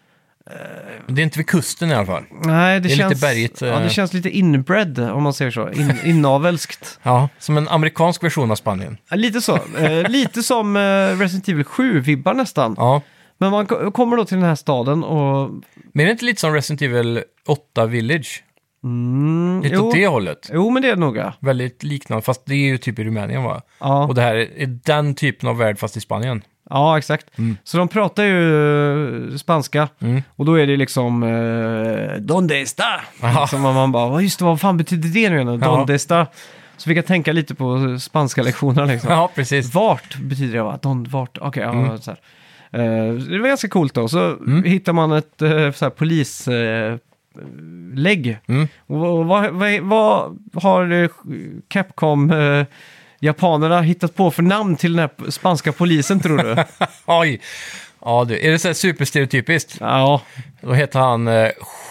Det är inte vid kusten i alla fall. nej, det, Det är lite känns, bergigt, Ja, eh. det känns lite inbred, om man säger så. In, inavelskt. Ja, som en amerikansk version av Spanien. Ja, lite så. Eh, lite som eh, Resident Evil sju-vibbar nästan. Ja. Men man ko- kommer då till den här staden och... Men är det inte lite som Resident Evil åtta Village? Mm, Lite jo, åt det hållet. jo, men det är det nog. Ja. Väldigt liknande, fast det är ju typ i Rumänien va? Ja. Och det här är är den typen av värld fast i Spanien. Ja, exakt. Mm. Så de pratar ju eh, spanska. Mm. Och då är det liksom... Eh, Donde está? Aha. Som man bara, "Vad, just det, vad fan betyder det nu igen? Ja. Donde está? Så fick jag tänka lite på spanska lektionerna liksom. Ja, precis. Vart betyder det va? Don, vart? Okej, ja, Mm. så här. Eh, det var ganska coolt då. Så hittar man ett uh, så här, polis... eh, lägg. Mm. Och vad, vad, vad, vad har eh, Capcom... eh, japanerna hittat på för namn till den här spanska polisen, tror du? Oj. Ja, du. Är det så här superstereotypiskt? Ja, Då heter han eh,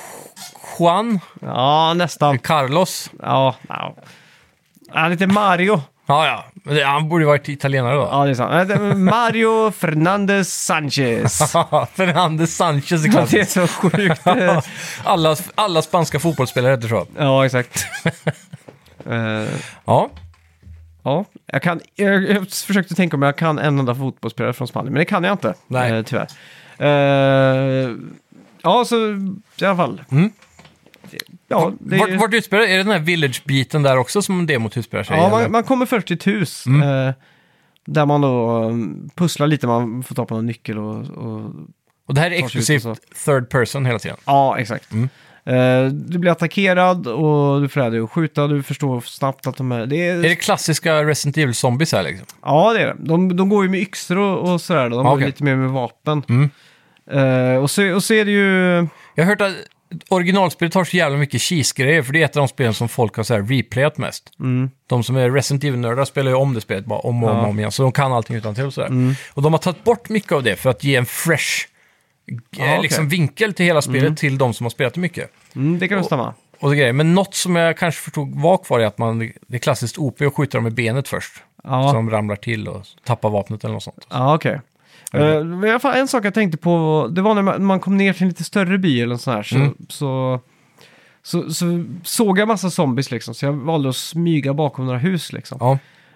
Juan ja nästan. Carlos. Ja, ja. Han heter Mario. Ja, ja. Men det- Han borde ju varit italienare då. Ja, det är sant. Han heter Mario Fernandez Sanchez. Fernandez Sanchez är Ja, klart. det är så sjukt. Eh, alla, alla spanska fotbollsspelare heter så. Ja, exakt. Eh, Ja. ja, jag, kan, jag, jag försökte tänka om jag kan en enda fotbollsspelare från Spanien, men det kan jag inte. Nej. Eh, tyvärr. Eh, ja, så i alla fall. Mm. Ja, det, Vart, vart utspelar Är det den här village-biten där också som demot utspelar sig? ja eller? man, man kommer först till ett hus. Mm. Eh, där man då um, pusslar lite, man får ta på någon nyckel och... och Och det här är tar sig ut exklusivt och third person hela tiden. ja, exakt. Mm. Eh, du blir attackerad och du får lära dig att skjuta. Du förstår snabbt att de är... Det är, Är det klassiska Resident Evil-zombies här liksom? Ja, det är det. De, de går ju med yxor och, och sådär. Då. De Ja, går okej. lite mer med vapen. Mm. Eh, och, så, och så är det ju... Jag har hört att originalspelet har så jävla mycket cheese-grejer, för det är ett av de spelen som folk har så här replayat mest. Mm. De som är Resident Evil-nördar spelar ju om det spelet bara om och om, Ja. om igen, så de kan allting utan till och sådär. Mm. Och de har tagit bort mycket av det för att ge en fresh Ja, eh, okej. liksom vinkel till hela spelet till de som har spelat det mycket. Mm, det kan nog stämma. Och det grejer. Men något som jag kanske förstod var kvar är att man, det är klassiskt O P och skjuta dem med benet först. Ja. Så de ramlar till och tappar vapnet eller något sånt. Ja, okej. Eh, men i alla fall en sak jag tänkte på, det var när man, man kom ner till en lite större by eller så här, så, Mm. så, så, så såg jag massa zombies liksom, så jag valde att smyga bakom några hus liksom. Ja,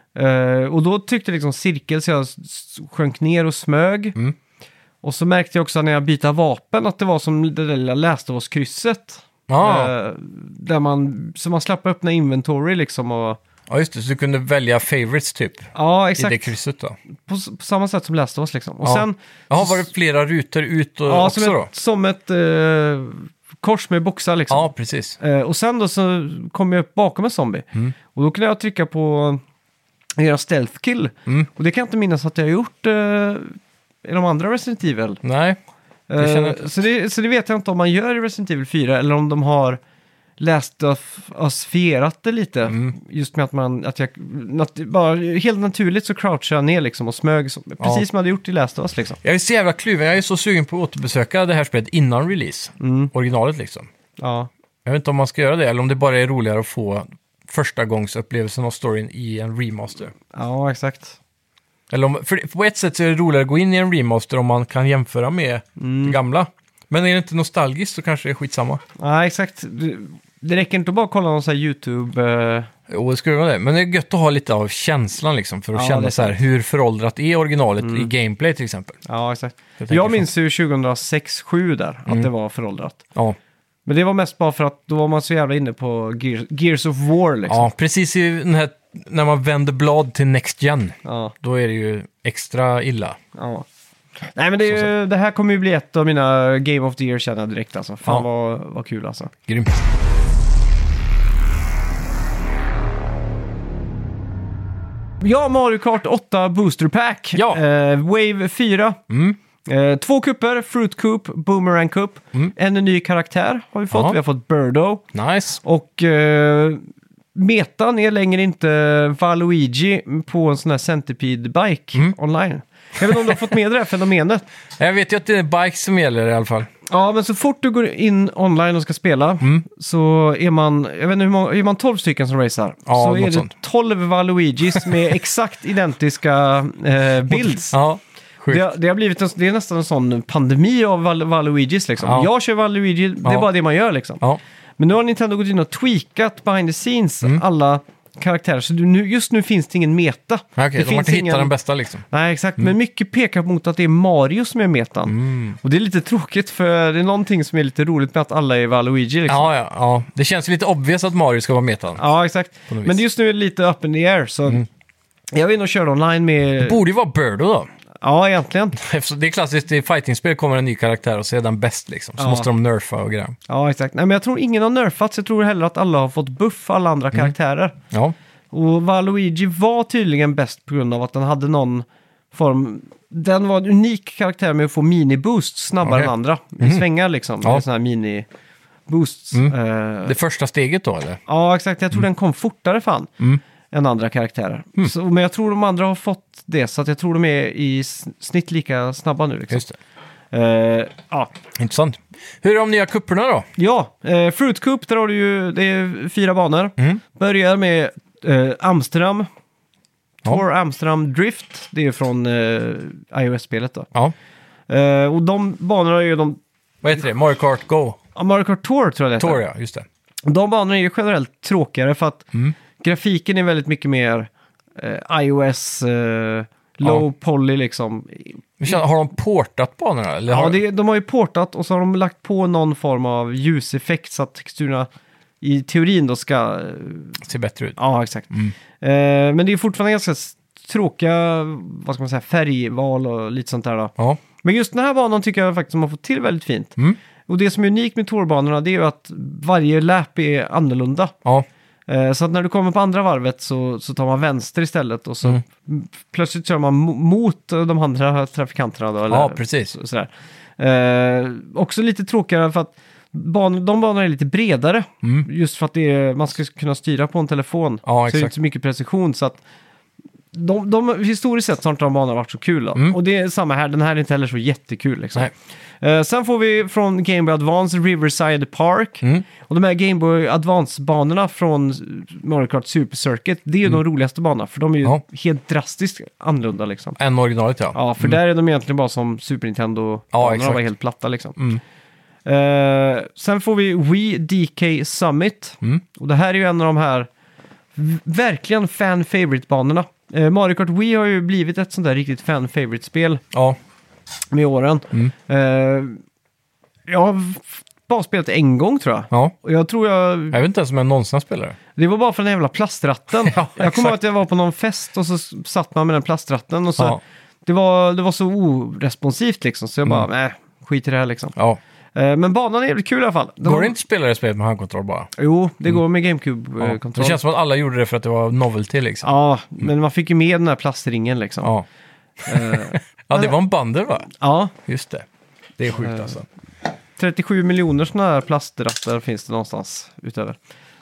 Uh, och då tyckte jag liksom cirkel så jag s- sjönk ner och smög. Mm. Och så märkte jag också när jag bytte vapen att det var som det där lilla läste oss krysset. Ah. Uh, där man, så man slapp öppna inventory liksom och... Ja, just det. Så du kunde välja favorites typ Ja, i exakt. det krysset då. På, på samma sätt som läste oss liksom. Och Ja. sen... Jaha, var det flera rutor ut och Ja, också som då? ett, som ett uh, kors med boxar liksom. Ja, precis. Eh, och sen då så kom jag upp bakom en zombie. Mm. Och då kunde jag trycka på göra stealth kill. Mm. Och det kan jag inte minnas att jag har gjort eh, i de andra Resident Evil. Nej, det Eh, känner jag inte. så, det, så det vet jag inte om man gör i Resident Evil fyra eller om de har läst asfierat det lite. Mm. Just med att man, att jag, nat, bara helt naturligt så crouchade jag ner liksom och smög, som, precis som jag hade gjort i Last of Us liksom. Jag är så jävla kluven. Jag är så sugen på att återbesöka det här spelet innan release. Mm. Originalet liksom. Ja. Jag vet inte om man ska göra det eller om det bara är roligare att få första gångs upplevelsen av storyn i en remaster. ja, exakt. Eller om, för på ett sätt så är det roligare att gå in i en remaster om man kan jämföra med Mm. det gamla. Men är det inte nostalgiskt så kanske det är skitsamma. Ja, exakt. Det, det räcker inte att bara kolla någon sån här YouTube... Eh, Jo, det skulle vara det. Men det är gött att ha lite av känslan liksom, för att Ja, det känna är så här, sant. hur föråldrat är originalet Mm. i gameplay till exempel. Ja, exakt. Jag tänker Jag minns ju tjugohundrasex sju där, Mm. att det var föråldrat. Ja. Men det var mest bara för att då var man så jävla inne på Gears, Gears of War liksom. ja, precis i den här, när man vänder blad till Next Gen, Ja, då är det ju extra illa. ja. Nej, men det, är ju, det här kommer ju bli ett av mina Game of the Year känner jag direkt alltså. Fan Ja. vad, vad kul alltså. Grymt. Ja, Mario Kart åtta Booster Pack. Ja. Eh, Wave fyra. Mm. Eh, två kupper, Fruit Coop, Boomerang Cup. Mm. En ny karaktär har vi fått. Ja. Vi har fått Birdo. Nice. Och eh, metan är längre inte Valuigi på en sån här Centipede-bike Mm. online. Jag vet inte om du har fått med det här fenomenet. Jag vet ju att det är bikes som gäller i alla fall. Ja, men så fort du går in online och ska spela Mm. så är man, jag vet inte hur många, är man tolv stycken som racear. Ja, så något är det sånt. tolv Valuigis med exakt identiska eh, builds. Ja, sjukt. Det, har- det har blivit en, det är nästan en sån pandemi av Val, Valuigis liksom. Ja. Jag kör Valuigi, det är Ja. bara det man gör liksom. Ja. Men nu har Nintendo gått in och tweakat behind the scenes Mm. alla karaktärer. Så du, nu, just nu finns det ingen meta. Okej, det de har inte ingen... hittat den bästa liksom. Nej, exakt. Men mycket pekar mot att det är Mario som är metan. Mm. Och det är lite tråkigt för det är någonting som är lite roligt med att alla är Valuigi liksom. Ja, ja, ja. Det känns ju lite obvious att Mario ska vara metan. Ja, exakt. På något vis. Men just nu är det lite up in the air. Så Mm. jag vill nog köra online med... Borde ju vara Birdo då. Ja, egentligen. Eftersom det är klassiskt, i fightingspel kommer en ny karaktär och så är den bäst liksom. Så Ja. måste de nerfa och grejer. Ja, exakt. Nej, men jag tror ingen har nerfat, så jag tror heller att alla har fått buff alla andra Mm. karaktärer. Ja. Och Valuigi var tydligen bäst på grund av att den hade någon form... Den var en unik karaktär med att få mini-boost snabbare Okej. än andra. I Mhm. svängar liksom. Ja. Med sådana här mini-boosts. Mm. Eh, Det första steget då, eller? Ja, exakt. Jag tror den kom fortare fan Mm. än andra karaktärer. Så, men jag tror de andra har fått det, så att jag tror de är i s- snitt lika snabba nu. Liksom. Just det. Eh, ja, Intressant. Hur är de nya kupperna då? ja eh, Fruit Coop, där har du ju det är fyra banor. Mm. Börjar med eh, Amsterdam. Ja. Tour Amsterdam Drift. Det är från eh, iOS-spelet då. Ja. Eh, och de banorna är ju de... Vad heter det? Mario Kart Go? Ja, Mario Kart Tour tror jag det heter. Tour, ja. Just det. De banorna är ju generellt tråkigare för att Mm. grafiken är väldigt mycket mer eh, iOS, eh, low Ja. poly liksom. Men känner- Har de portat banorna? Eller Ja, har... det, de har ju portat och så har de lagt på någon form av ljuseffekt så att texturerna i teorin då ska... eh, ser bättre ut? Ja, exakt. Mm. Eh, men det är fortfarande ganska s- tråkiga, vad ska man säga, färgval och lite sånt där då. Ja. Men just den här banan tycker jag faktiskt de har fått till väldigt fint. Mm. Och det som är unikt med tourbanorna det är ju att varje lap är annorlunda. Ja. Eh, Så att när du kommer på andra varvet så, så tar man vänster istället och så Mm. m- plötsligt kör man mo- mot eh, de andra trafikanterna då. Eller, Ja, precis. så, sådär. Eh, också lite tråkigare för att ban- de banorna är lite bredare. Mm. Just för att det är, man ska kunna styra på en telefon. Ja, så det är exakt. inte så mycket precision så att de, de, historiskt sett så har inte de banorna varit så kul då. Mm. Och det är samma här, den här är inte heller så jättekul liksom. Nej. Eh, sen får vi från Game Boy Advance Riverside Park. Mm. Och de här Game Boy Advance-banorna från Mario Kart Super Circuit, det är ju de roligaste banorna. För de är ju Ja. helt drastiskt annorlunda liksom. En originalet, ja. Ja, för där är de egentligen bara som Super Nintendo-banorna, exakt. var helt platta liksom. Mm. Eh, sen får vi Wii D K Summit. Mm. Och det här är ju en av de här v- verkligen fan-favorite-banorna. Eh, Mario Kart Wii har ju blivit ett sånt där riktigt fan-favorite-spel Ja. med åren. Mm. Eh, jag har f- bara spelat det en gång tror jag. Ja. Och jag tror jag... Jag vet inte ens om jag någonsin har spelat det. Det var bara för den jävla plastratten. Ja, jag kommer ihåg exakt. att jag var på någon fest och så s- satt man med den plastratten och så... Ja. Det, var, det var så oresponsivt liksom, så jag bara, Mm. nej, skit i det här liksom. Ja. Eh, men banan är jävligt kul i alla fall. De Går har- det inte att spela det spelet med handkontroll bara? Jo, det går med Ja. GameCube-kontroll. Det känns som att alla gjorde det för att det var novelty liksom. Ja, men man fick ju med den här plastringen liksom. Ja. Eh, Ja, det var en bundle va? ja, Just det. Det är sjukt Eh. alltså. trettiosju miljoner sådana här plastrattar finns det någonstans utöver.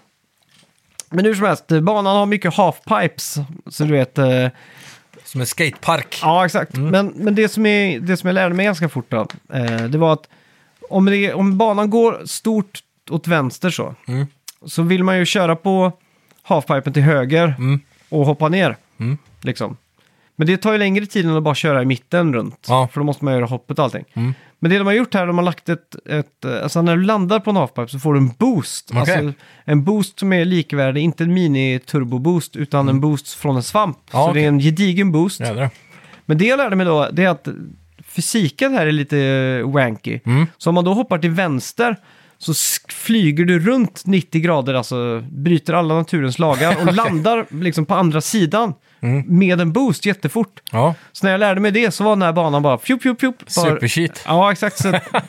Men hur som helst, eh, banan har mycket halfpipes. Så du vet... Eh, Som en skatepark. ja, exakt. Men, men det, som är, det som jag lärde mig ganska fort då, eh, det var att om, det, om banan går stort åt vänster så, Mm. så vill man ju köra på halfpipen till höger Mm. och hoppa ner. Mm. Liksom. Men det tar ju längre tid än att bara köra i mitten runt. Ja. För då måste man göra hoppet och allting. Mm. Men det de har gjort här, de har lagt ett... ett alltså när du landar på en halfpipe så får du en boost. Okej. Alltså en boost som är likvärdig, inte en mini-turbo-boost, utan en boost från en svamp. Ja, så okej. det är en gedigen boost. Jädrar. Men det jag lärde mig då, det är att fysiken här är lite wanky. Mm. Så om man då hoppar till vänster så sk- flyger du runt nittio grader, alltså bryter alla naturens lagar och landar liksom på andra sidan Mm. med en boost jättefort. Ja, Så när jag lärde mig det så var den här banan bara fjup, fjup, fjup. Bara, supershit. ja, exakt. Så, att- Ja,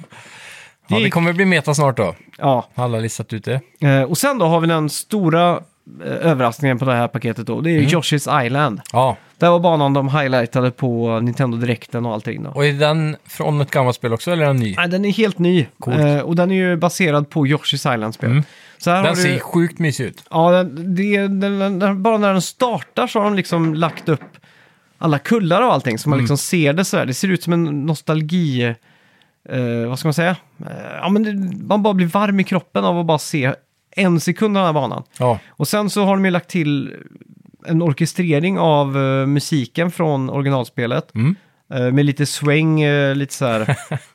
det gick- kommer bli meta snart då. ja. Alla har listat ut det. Eh, och sen då har vi den stora eh, överraskningen på det här paketet då. Det är Mm. Yoshi's Island. Ja, Det var banan de highlightade på Nintendo Directen och allting då. och är den från ett gammalt spel också eller är den ny? Nej, den är helt ny. Coolt. Eh, och den är ju baserad på Yoshi's Island-spel. Mm. Så här Den har ser du... sjukt mysig ut. Ja, den, det, den, den, den, bara när den startar så har de liksom lagt upp alla kullar och allting. Så man Mm. liksom ser det så här. Det ser ut som en nostalgi... Eh, vad ska man säga? Eh, ja, men det, man bara blir varm i kroppen av att bara se en sekund av den här banan. Ja, Och sen så har de ju lagt till en orkestrering av eh, musiken från originalspelet. Mm. Eh, med lite swing, eh, lite så här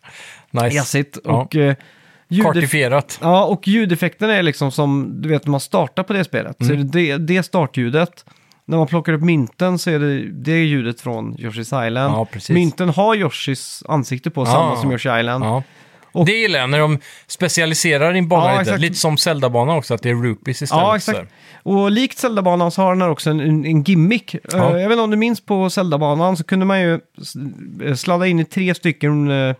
nice. jazzigt. Ja. Och, eh, ljudef- Kartifierat. ja, och ljudeffekterna är liksom som, du vet, när man startar på det spelet. Så är det, det det startljudet. När man plockar upp mynten så är det det är ljudet från Yoshi's Island. Ja, precis. Mynten har Yoshis ansikte på, Ja. samma som Yoshi Island. Ja. Och- Det gillar jag när de specialiserar in banan Ja, lite. exakt. Lite som Zelda-banan också, att det är rupees istället. Ja, så exakt. här. Och likt Zelda-banan så har den här också en, en, en gimmick. Ja. Eh, jag vet inte om du minns på Zelda-banan så kunde man ju s- eh, sladda in i tre stycken eh,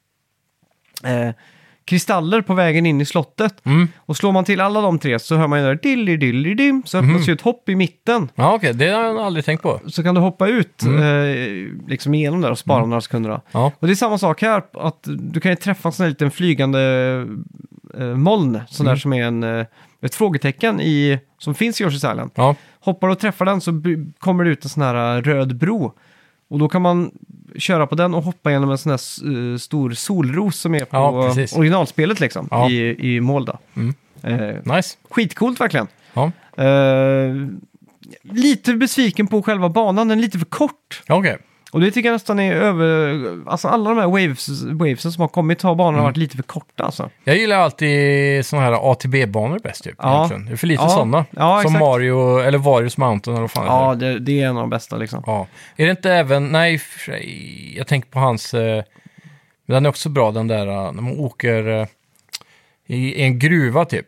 eh, kristaller på vägen in i slottet. Mm. Och slår man till alla de tre så hör man ju där dilly dilly dim, så öppnas ju ett hopp i mitten. Ja, okej. Det har jag aldrig tänkt på. Så kan du hoppa ut Mm. eh, liksom igenom där och spara några sekunder. Då. Ja. Och det är samma sak här, att du kan ju träffa en sån här liten flygande eh, moln, sån där Mm. som är en, eh, ett frågetecken i, som finns i Yoshi's Island. Ja. Hoppar du och träffar den så by- kommer det ut en sån här eh, röd bro. Och då kan man köra på den och hoppa genom en sån här eh, stor solros som är på Ja, precis. originalspelet liksom, Ja. i, i mål då. Mm. Eh, Nice. skitcoolt verkligen. Ja, Eh, lite besviken på själva banan, den är lite för kort. okej. Och det tycker jag nästan är över... Alltså alla de här waves, wavesen som har kommit har banorna Mm. varit lite för korta alltså. Jag gillar alltid såna här A till B-banor bäst typ. Ja. egentligen. Det är för lite Ja. sådana. Ja, som exakt. Mario, eller Varius Mountain eller vad fan Ja, det är. det, det är en av de bästa liksom. Ja. Är det inte även, nej, i och för sig, jag tänker på hans, eh, den är också bra den där, eh, när man åker eh, i, i en gruva typ.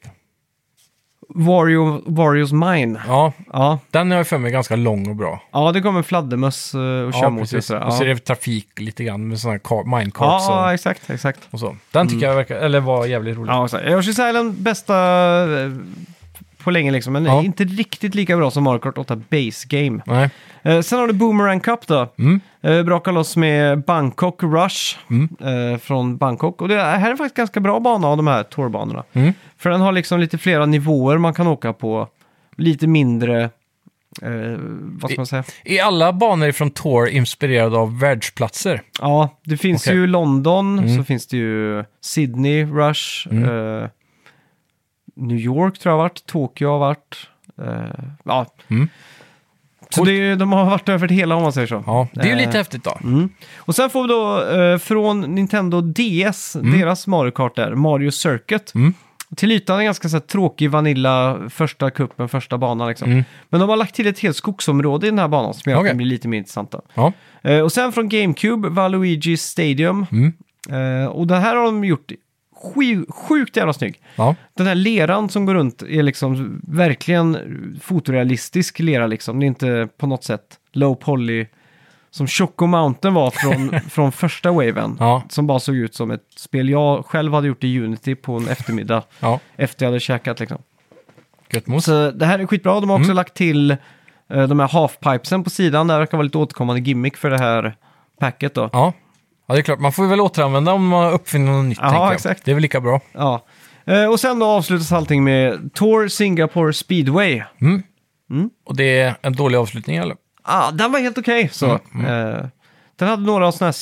Wario, Wario's Mine. Ja, Ja. den har jag för mig ganska lång och bra. Ja, det kommer fladdermöss eh, och kör Ja, mot dig. precis. sådär. Och så är Ja. det trafik lite grann med sådana här car- minecarts Ja, och, exakt, exakt. och så. Den tycker jag verkar, eller var jävligt rolig. Ja, exakt. Yoshi's Island bästa eh, på länge liksom, men Ja. inte riktigt lika bra som Mario Kart åtta Base Game. Nej. Eh, sen har du Boomerang Cup då. Mm. Eh, brakar loss med Bangkok Rush Mm. eh, från Bangkok. Och det här är faktiskt ganska bra bana av de här tourbanorna. Mm. För den har liksom lite flera nivåer man kan åka på. Lite mindre, eh, vad ska man säga? Är alla banor från Tour inspirerade av världsplatser? Ja, det finns Okej. ju London, Mm. så finns det ju Sydney Rush, Mm. eh, New York tror jag har varit, Tokyo har varit. Eh, ja. Mm. Så Coolt. det, är- de har varit över det hela om man säger så. Ja, det är ju lite Eh, häftigt då. Mm. Och sen får vi då eh, från Nintendo D S, Mm. deras Mario Kart där, Mario Circuit. Mm. Till ytan är ganska så här, tråkig vanilla första kuppen, första banan liksom. Mm. Men de har lagt till ett helt skogsområde i den här banan som gör att Okej. den blir lite mer intressant. Då. Ja. Eh, och sen från GameCube, Waluigi Stadium. Mm. Eh, och det här har de gjort sju, sjukt jävla snygg. Ja. Den här leran som går runt är liksom verkligen fotorealistisk lera liksom. Det är inte på något sätt low poly som Choco Mountain var från, från första waven. Ja. Som bara såg ut som ett spel jag själv hade gjort i Unity på en eftermiddag. Ja. Efter jag hade käkat liksom. Gött mos. Så det här är skitbra. De har också Mm. lagt till eh, de här halfpipesen på sidan. Det verkar vara lite återkommande gimmick för det här packet då. Ja. Ja, det är klart. Man får väl återanvända om man uppfinner något nytt. Jaha, tänker jag. exakt. Det är väl lika bra. Ja. Eh, och sen då avslutas allting med Tour Singapore Speedway. Mm. Mm. Och det är en dålig avslutning, eller? Ah, den var helt okej. så. Mm, Eh, den hade några sådana här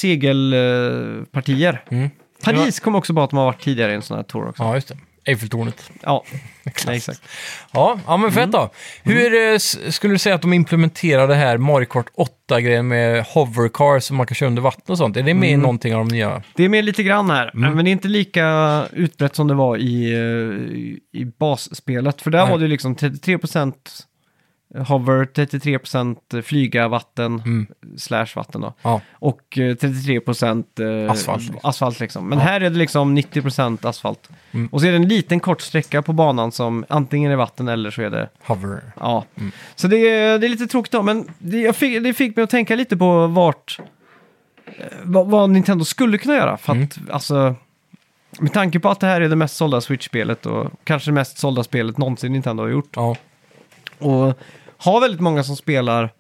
segelpartier. Mm. Paris kom också bara att de har varit tidigare i en sån här tour också. Ja, just det. Eiffeltornet. Ja, nej, exakt. Ja, ja men fett då. Hur eh, s- skulle du säga att de implementerar det här Mario Kart åtta-grejen med hovercar som man kan köra under vatten och sånt? Är det med i någonting av de nya? Det är med lite grann här, Mm. men det är inte lika utbrett som det var i, eh, i basspelet. För där Nej. var det liksom trettiotre procent hover, trettiotre procent flyga vatten, Mm. slash vatten då. Ja, Och eh, trettiotre procent eh, Asfalt, liksom. asfalt liksom. Men Ja. här är det liksom nittio procent asfalt. Mm. Och så är det en liten kort sträcka på banan som antingen är vatten eller så är det... hover. Ja. Mm. Så det är, det är lite tråkigt då, men det, jag fick, det fick mig att tänka lite på vart... eh, Vad, vad Nintendo skulle kunna göra. För att, Mm. alltså... Med tanke på att det här är det mest sålda Switch-spelet och kanske det mest sålda spelet någonsin Nintendo har gjort. Ja. Och har väldigt många som spelar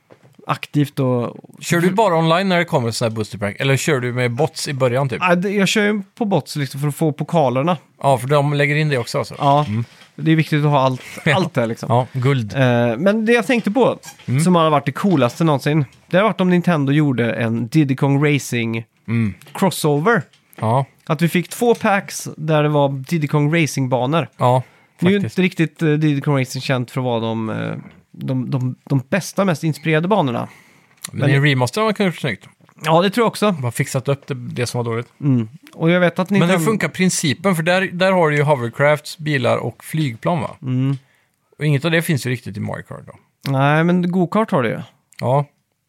aktivt och... Kör du bara online när det kommer sån här booster pack? Eller kör du med bots i början typ? Ja, det- Jag kör ju på bots liksom för att få pokalerna. Ja, för de lägger in det också alltså. Ja, det är viktigt att ha allt, Ja. allt där liksom. Ja, guld. Eh, men det jag tänkte på, Mm. som har varit det coolaste någonsin, det har varit om Nintendo gjorde en Diddy Kong Racing Mm. crossover. Ja, Att vi fick två packs där det var Diddy Kong Racing-banor. ja, Nu är ju faktiskt. inte riktigt uh, Diddy Kong Racing känt för att vara de, eh, de, de, de bästa, mest inspirerade banorna. Men i en remaster har man kunnat gjort snyggt. Ja, det tror jag också. Bara fixat upp det, det som var dåligt. Mm. Och jag vet att Nintendo... Men hur funkar principen? För där, där har du ju hovercrafts, bilar och flygplan va? Mm. Och inget av det finns ju riktigt i Mario Kart då. Nej, men go-kart har det ju. Ja,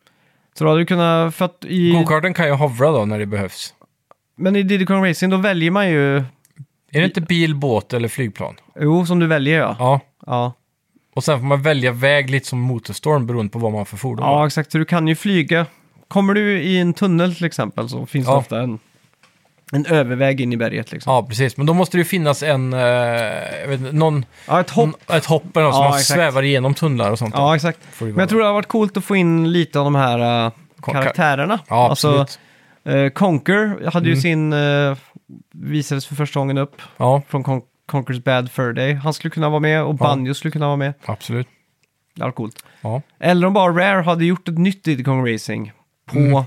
Så då hade du kunnat... För att i... go-karten kan ju hovra då när det behövs. Men i Diddy Kong Racing då väljer man ju... Är det inte bil, båt eller flygplan? Jo, som du väljer ja. Ja. Ja, Och sen får man välja väg lite som Motorstorm beroende på vad man har för fordon. ja exakt. Så du kan ju flyga. Kommer du i en tunnel till exempel så finns det Ja. ofta en, en överväg in i berget liksom. Ja, precis. Men då måste det ju finnas en, eh, jag vet inte, någon, Ja, ett hopp. ett hopp eller något Ja, som man exakt. svävar igenom tunnlar och sånt. då. Ja, exakt. Får det Men jag vara. tror det har varit coolt att få in lite av de här uh, karaktärerna. Ja, absolut. Alltså, uh, Conker hade ju Mm. sin... Uh, visades för första gången upp Ja, från Con- Conker's Bad Fur Day. Han skulle kunna vara med och Ja. Banjo skulle kunna vara med. absolut. Det var coolt. Ja. Eller om bara Rare hade gjort ett nytt Diddy Kong Racing på Mm.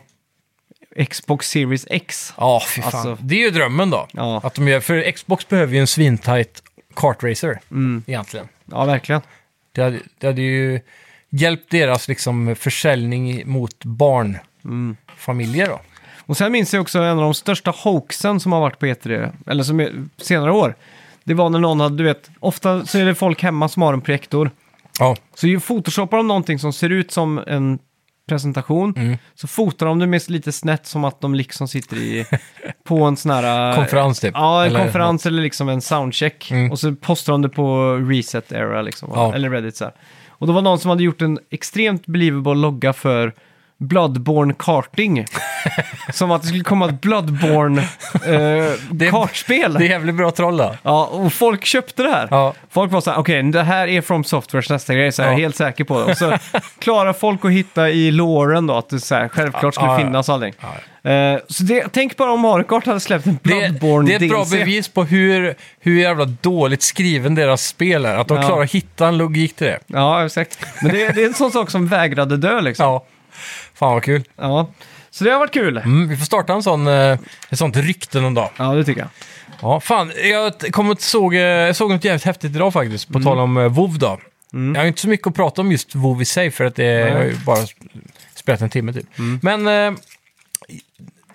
Xbox Series X. Ja, fy fan. Alltså- Det är ju drömmen då. Ja, Att de gör, för Xbox behöver ju en svintight kartracer mm. egentligen. ja verkligen. Det hade, det hade ju hjälpt deras liksom, försäljning mot barnfamiljer Mm. då. Och sen minns jag också en av de största hoaxen som har varit på E tre, eller som är senare år. Det var när någon hade, du vet, ofta så är det folk hemma som har en projektor. Ja, Så ju photoshoppar de någonting som ser ut som en presentation, Mm. så fotar de det med lite snett som att de liksom sitter i, på en sån här... konferens typ. Ja, en Eller konferens eller liksom en soundcheck. Mm. Och så postar de det på Reset Era liksom, Ja. eller Reddit så här. Och det var någon som hade gjort en extremt believable logga för Bloodborne karting. Som att det skulle komma ett Bloodborne eh, Det- kartspel. Det är jävligt bra troll då. Ja, och folk köpte det här. Ja, Folk var så här, okej, det här är From Softwares nästa grej, så jag är Ja. helt säker på det. Och så klarar folk att hitta i loren då, att det så här, självklart skulle Ja, ja. finnas allting. Ja. Eh, så det, tänk bara om Mario Kart hade släppt en det, Bloodborne det är ett bra D L C. bevis på hur, hur jävla dåligt skriven deras spel är. Att de Ja. klarar att hitta en logik till det. Ja, exakt. Men det, det är en sån sak som vägrade dö liksom. Ja, fan vad kul. Ja. Så det har varit kul. Mm, vi får starta en sån, eh, ett sånt rykte någon dag. Ja, det tycker jag. Ja, fan, jag kom och såg, eh, jag såg något jävligt häftigt idag faktiskt, på Mm. tal om eh, WoW då. Jag har inte så mycket att prata om just WoW i sig, för att det, jag har ju bara spelat en timme typ. Mm. Men eh,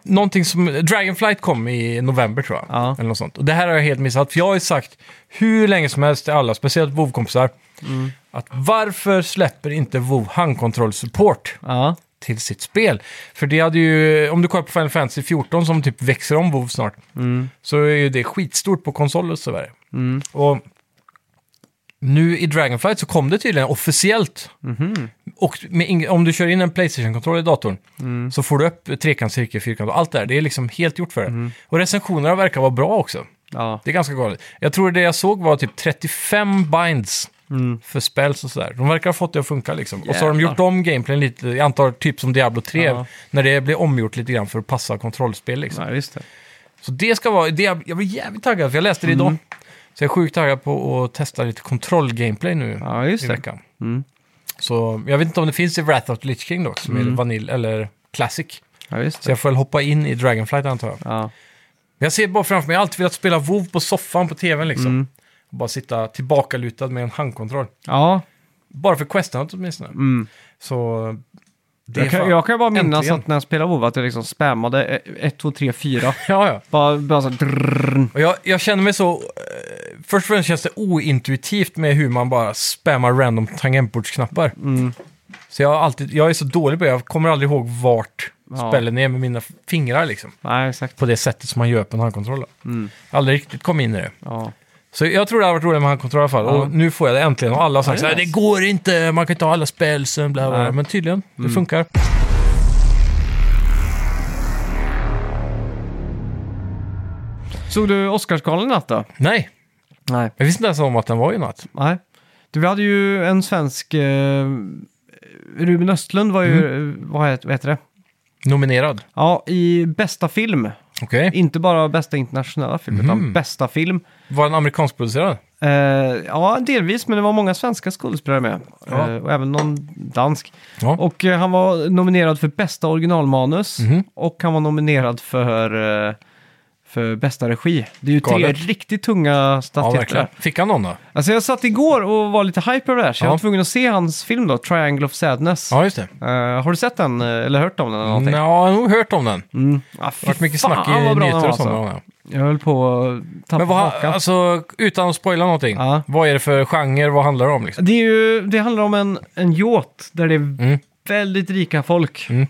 någonting som... Dragonflight kom i november tror jag. Ja. Eller något sånt. Och det här har jag helt missat. För jag har ju sagt hur länge som helst till alla, speciellt WoW-kompisar, Mm. att varför släpper inte WoW handkontroll-support Ja. till sitt spel? För det hade ju... Om du kollar på Final Fantasy fjorton som typ växer om WoW snart, Mm. så är ju det skitstort på konsol och så vidare. Mm. Och nu i Dragonflight så kom det tydligen officiellt. Mhm. Och med, ing- om du kör in en PlayStation-kontroll i datorn Mm. så får du upp trekant, cirkel, fyrkant och allt det där. Det är liksom helt gjort för det. Mm. Och recensionerna verkar vara bra också. Ja. Det är ganska galet. Jag tror det jag såg var typ trettiofem binds Mm. för spells och sådär. De verkar ha fått det att funka liksom. Och så har de Jävlar. gjort om gameplayen lite, jag antar typ som Diablo tre, Ja. när det blir omgjort lite grann för att passa kontrollspel liksom. Ja, just det. Så det ska vara, det, jag blir jävligt taggad för jag läste det idag. Mm. Så jag är sjukt taggad på att testa lite kontroll-gameplay nu Ja, just i det. veckan. Mm. Så jag vet inte om det finns i Wrath of the Lich King då, som Mm. är Vanilla eller Classic. Ja, just Så det. jag får väl hoppa in i Dragonflight antar jag. Ja. Men jag ser bara framför mig, jag har alltid velat spela WoW på soffan på tvn liksom. Mm. Och bara sitta tillbakalutad med en handkontroll. Ja. Bara för questarna åtminstone. Mm. Så det Jag, är kan, fan- jag kan bara minnas Äntligen. att när jag spelade WoW att jag liksom spammade ett, två, tre, fyra. Ja, ja. Bara, bara så drrrr. Och jag, jag känner mig så... Eh, först och främst känns det ointuitivt med hur man bara spammar random tangentbordsknappar. Mm. Så jag, har alltid, jag är så dålig på det. Jag kommer aldrig ihåg vart Ja. spellen är med mina fingrar liksom. Nej, exakt. På det sättet som man gör på en handkontroll. då. Mm. Jag har aldrig riktigt kommit in i det. Ja. Så jag tror det har varit roligt med handkontroll i alla fall. Ja. Och nu får jag det äntligen. Och alla har sagt Ja, ja, det är det nice. går inte, man kan inte ha alla spelsen, bla bla. Nej. bla. Men tydligen, det Mm. funkar. Såg du Oscarsgalan i natt då? Nej, Nej. jag visste inte ens om att den var i natt. Nej. Du, vi hade ju en svensk... Eh, Ruben Östlund var ju... Mm. Vad, heter, vad heter det? Nominerad. Ja, i bästa film. Okej. Inte bara bästa internationella film, Mhm. utan bästa film. Var den amerikansk producerad? Eh, ja, delvis, men det var många svenska skådespelare med. Ja. Eh, och även någon dansk. Ja. Och eh, han var nominerad för bästa originalmanus. Mhm. Och han var nominerad för, eh, för bästa regi. Det är ju tre Galet. riktigt tunga Ja, statistlar. verkligen. Fick han någon då? Alltså jag satt igår och var lite hype över det här, så jag Ja. var tvungen att se hans film då, Triangle of Sadness. Ja, just det. Eh, har du sett den, eh, eller hört om den eller någonting? Ja, jag har nog hört om den. Mm. Ah, Det har fy varit mycket fan, snack i vad bra den nyheter var, och sånt. alltså. Ja. Jag höll på att tappa Men vad, hakan. alltså, utan att spoila någonting. Ja. Vad är det för genre? Vad handlar det om liksom? Det, är ju, det handlar om en, en yacht där det är Mm. väldigt rika folk. Mm.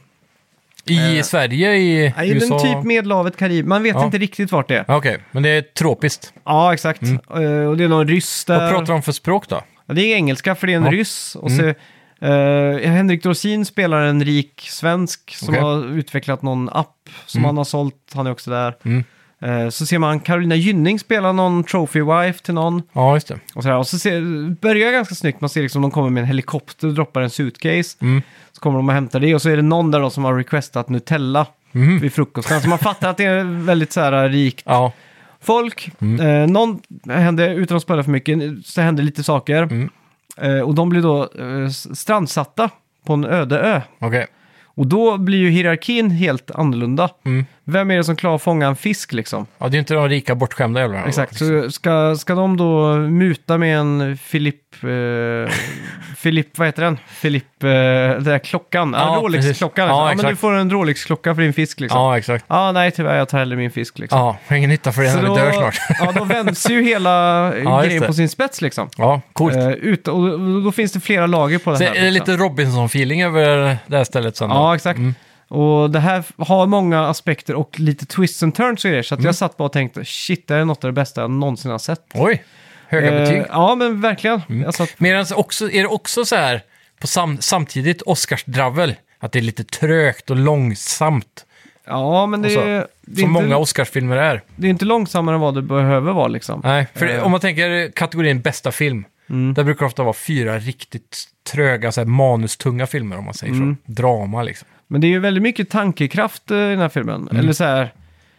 I Eh, Sverige, i Nej, U S A? den typ Medelhavet, Karib. Man vet Ja. inte riktigt vart det är. Ja, Okej, men det är tropiskt. Ja, exakt. Mm. Eh, och det är någon ryss där. Vad pratar de för språk då? Ja, det är engelska för det är en Ja. ryss. Och Mm. så, eh, Henrik Dorsin spelar en rik svensk som Okej. har utvecklat någon app som Mm. han har sålt. Han är också där. Mm. Eh, så ser man Carolina Gynning spela någon trophy wife till någon. Ja, just det. Och så, här. Och så ser, börjar ganska snyggt. Man ser liksom de kommer med en helikopter och droppar en suitcase. Mm. Så kommer de och hämtar det. Och så är det någon där då som har requestat Nutella Mhm. vid frukosten. Så man fattar att det är väldigt så här rikt Ja. folk. Mm. Eh, någon händer, utan att spela för mycket, så händer lite saker. Mm. Eh, och de blir då eh, strandsatta på en öde ö. Okej. Och då blir ju hierarkin helt annorlunda. Mm. Vem är det som klarar att fånga en fisk liksom? Ja, det är inte de rika bortskämda jävlarna. Exakt, så ska, ska de då muta med en Philip... Eh, Philip, vad heter den? Philip, eh, den där klockan. Ja, Ja, Rolex-klockan. precis. Liksom. Ja, Ja, men du exakt. får en Rolex-klocka för din fisk liksom. Ja, Ja, exakt. nej tyvärr, jag tar hellre min fisk liksom. Ja, har ingen nytta för det när vi då, dör snart. ja, då vänds ju hela Ja, just grejen det. på sin spets liksom. Ja, coolt. Eh, ut, och då, då finns det flera lager på det Så här. är det liksom. lite Robinson-feeling över det här stället sen då? Ja, exakt. Mm. Och det här har många aspekter och lite twists and turns och grejer. Så att Mm. jag satt bara och tänkte, shit, det är något av det bästa jag någonsin har sett. Oj, höga Eh, betyg. Ja, men verkligen. Mm. Jag satt, Men är det också, är det också så här, på sam, samtidigt Oscarsdravel, att det är lite trögt och långsamt, ja, men det, Och så, är- det, är som många inte, Oscarsfilmer är? det är inte långsammare än vad det behöver vara liksom. Nej, för det, Eh. om man tänker kategorin bästa film, Mm. där brukar det ofta vara fyra riktigt tröga, så här, manustunga filmer om man säger Mm. så. Drama liksom. Men det är ju väldigt mycket tankekraft eh, i den här filmen. Mm. Eller så här,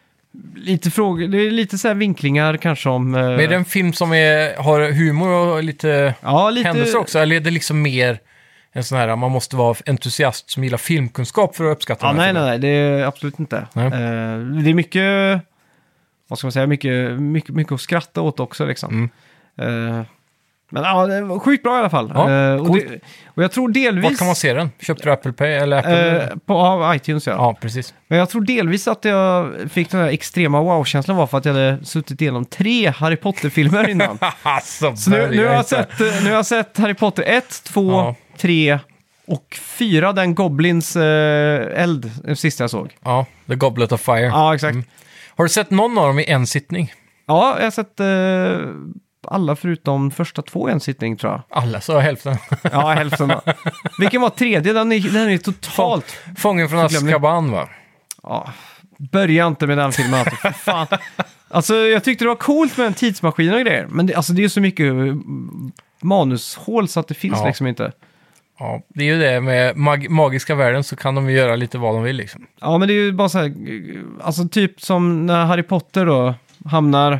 lite frågor, det är lite så här vinklingar kanske om... eh, Men är det en film som är, har humor och lite, ja, lite, händelser också? Eller är det liksom mer en sån här, man måste vara entusiast som gillar filmkunskap för att uppskatta Ja, den här nej, nej, filmen? nej, det är absolut inte. Nej. Eh, det är mycket, vad ska man säga, mycket, mycket, mycket att skratta åt också liksom. Mm. Eh, Men ja, det var sjukt bra i alla fall. Ja, Eh, och, coolt. det, och jag tror delvis... Var kan man se den? Köpte du Apple Pay eller Apple? eh, på ja, iTunes, ja. Ja, precis. Men jag tror delvis att jag fick den här extrema wow-känslan var för att jag hade suttit igenom tre Harry Potter-filmer innan. alltså, Så nu, nu, har jag sett, eh, nu har jag sett Harry Potter ett, två, Ja. tre och fyra, den Goblins eh, eld, den sista jag såg. Ja, The Goblet of Fire. Ja, exakt. Mm. Har du sett någon av dem i en sittning? Ja, jag har sett eh, alla förutom första två i en sittning, tror jag. Alla, så hälften. Ja, hälften då. Vilken var tredje? Den är, den är totalt... Fången från Förglömning. Azkaban, va? Ja, börja inte med den filmen. Alltså, för fan. Alltså, jag tyckte det var coolt med en tidsmaskin och grejer. Men det, alltså, det är så mycket uh, manushål så att det finns Ja. liksom inte. Ja, det är ju det med mag- magiska världen, så kan de ju göra lite vad de vill liksom. Ja, men det är ju bara så här... uh, Alltså typ som när Harry Potter då hamnar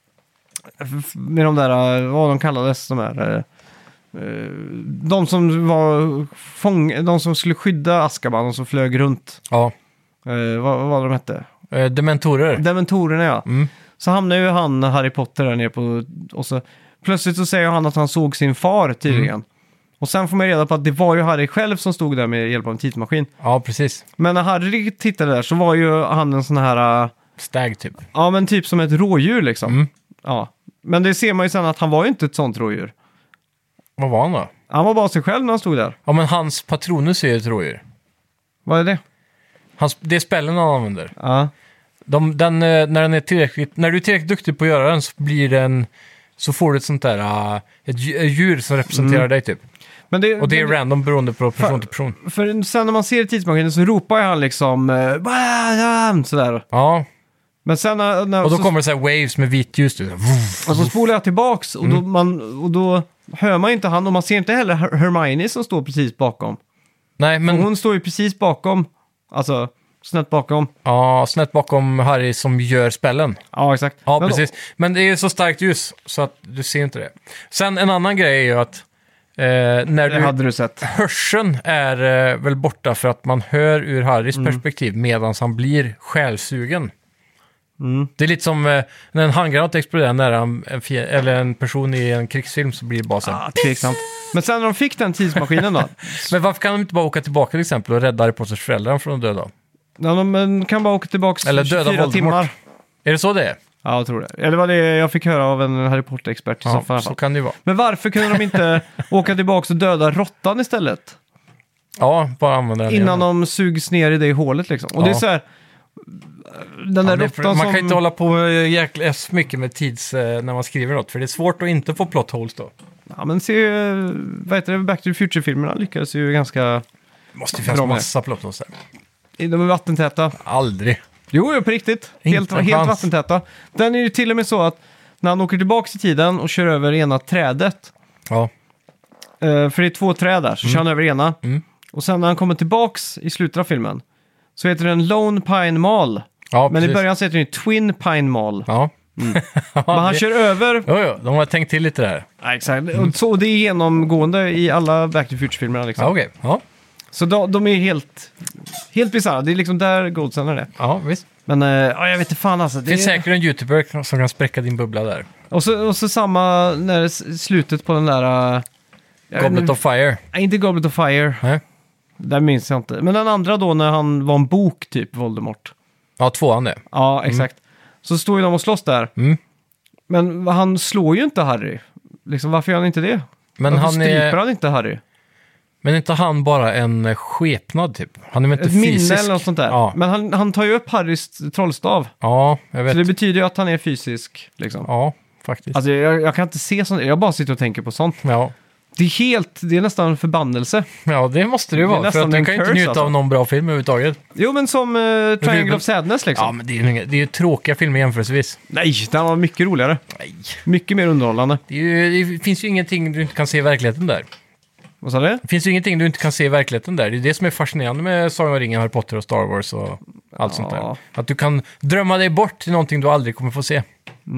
f- med de där, uh, vad de kallades, de här... uh, uh, De som var fång... De som skulle skydda Azkaban och som flög runt. Ja, Uh, vad, vad var de hette? eh, dementorer. Dementorerna, ja. Mm. Så hamnar ju han, Harry Potter, där nere på... Och så, plötsligt så säger han att han såg sin far tydligen. Mm. Och sen får man reda på att det var ju Harry själv som stod där med hjälp av en tidsmaskin. Ja, precis. Men när Harry tittade där så var ju han en sån här... äh, Stag typ. Ja, men typ som ett rådjur liksom. Mm. Ja. Men det ser man ju sen att han var ju inte ett sånt rådjur. Vad var han då? Han var bara sig själv när han stod där. Ja, men hans Patronus är ju ett rådjur. Vad är det? Hans, det är spellen han använder. Ja. De, den, eh, när, den är tillräckligt, när du är tillräckligt duktig på att göra den så blir den... Så får du ett sånt där... Uh, ett dju- ett djur som representerar Mm. dig typ. Men det, Och det är men, random beroende på person Fan. till person. För sen när man ser tidsmaskinen så ropar ju han liksom... Uh, "Bam!" sådär. Ja, Men sen när... när och då så, kommer det så här waves med vitt ljus. Du. och så spolar jag tillbaks och, då, Mm. man, och då hör man inte han och man ser inte heller Her- Hermione som står precis bakom. Nej, men... Men hon står ju precis bakom. Alltså, snett bakom. Ja, snett bakom Harry som gör spellen. Ja, exakt. Ja, Men då- precis. Men det är så starkt ljus så att du ser inte det. Sen en annan grej är ju att eh, när Det du... hade du sett. Hörseln är eh, väl borta för att man hör ur Harrys Mm. perspektiv medan han blir själsugen. Mm. Det är lite som eh, när en handgranat exploderar nära en, en, fie- eller en person i en krigsfilm så blir det bara så här. Ah, tveksamt. Men sen när de fick den tidsmaskinen då? Men varför kan de inte bara åka tillbaka till exempel och rädda Harry Potters föräldrar från att dö? Ja, de men kan bara åka tillbaka Eller döda tjugofyra Voldemort. timmar. Är det så det är? Ja, jag tror det. Eller var det jag fick höra av en Harry Potter-expert i Ja, soffan i alla så fall. kan det ju vara. Men varför kunde de inte åka tillbaka och döda råttan istället? Ja, bara använda den Innan igen. de sugs ner i det hålet liksom. Och Ja. det är så här... Den där Ja, det är- råttan man som... kan inte hålla på eh, jäkla så mycket med tids eh, när man skriver något, för det är svårt att inte få plot holes då. Ja, men se... Vad heter det? Back to the Future-filmerna lyckades ju ganska... Det måste ju Bra finnas med. massa plot holes där. De är vattentäta. Aldrig. Jo, jo, på riktigt. Helt, Inte en helt chans. vattentäta. Den är ju till och med så att när han åker tillbaka i tiden och kör över ena trädet, Ja. eh, för det är två träd där, så kör han över ena. Mm. Och sen när han kommer tillbaks i slutet av filmen så heter den Lone Pine Mall. Ja, Men precis. i början så heter den ju Twin Pine Mall. Ja. Men han det- kör över... Jo, jo, de har tänkt till lite där. Ja, exakt. Och så det är genomgående i alla Back to the Future-filmerna liksom. Ja, okej. Ja. Så de, de är helt, helt bisarra. Det är liksom där Goldsen är det. Ja, visst. Men eh, ja, jag vet inte fan alltså. Det finns säkert en YouTuber som kan spräcka din bubbla där. Och så, och så samma när det s- slutet på den där... Uh, Goblet of Fire. Nej, inte Goblet of Fire. Nej. Där minns jag inte. Men den andra då när han var en bok typ, Voldemort. Ja, tvåan det. Ja, exakt. Så står ju de och slåss där. Mm. Men han slår ju inte Harry. Liksom, varför gör han inte det? Men varför han stryper är... han inte Harry? Men är inte han bara en eh, skepnad typ? Han är väl inte Ett minne fysisk? eller något sånt där. Ja, Men han, han tar ju upp Harrys trollstav. ja jag vet. Så det betyder ju att han är fysisk. Liksom. Ja, faktiskt. Alltså jag, jag kan inte se sånt. Jag bara sitter och tänker på sånt. Ja. Det är helt, det är nästan en förbannelse. ja, det måste det ju Det är vara. För nästan att du en kan ju inte curse, njuta alltså. av någon bra film överhuvudtaget. Jo, men som uh, Triangle Ruben- of Sadness liksom. Ja, men det är ju, inga- det är ju tråkiga filmer jämförelsevis. Nej, den var mycket roligare. Nej. Mycket mer underhållande. Det, är ju, det finns ju ingenting du inte kan se i verkligheten där. Vad sa du? Det finns ju ingenting du inte kan se i verkligheten där. Det är det som är fascinerande med Sagan om ringen, Harry Potter och Star Wars och allt sånt där. Ja. Att du kan drömma dig bort till någonting du aldrig kommer få se.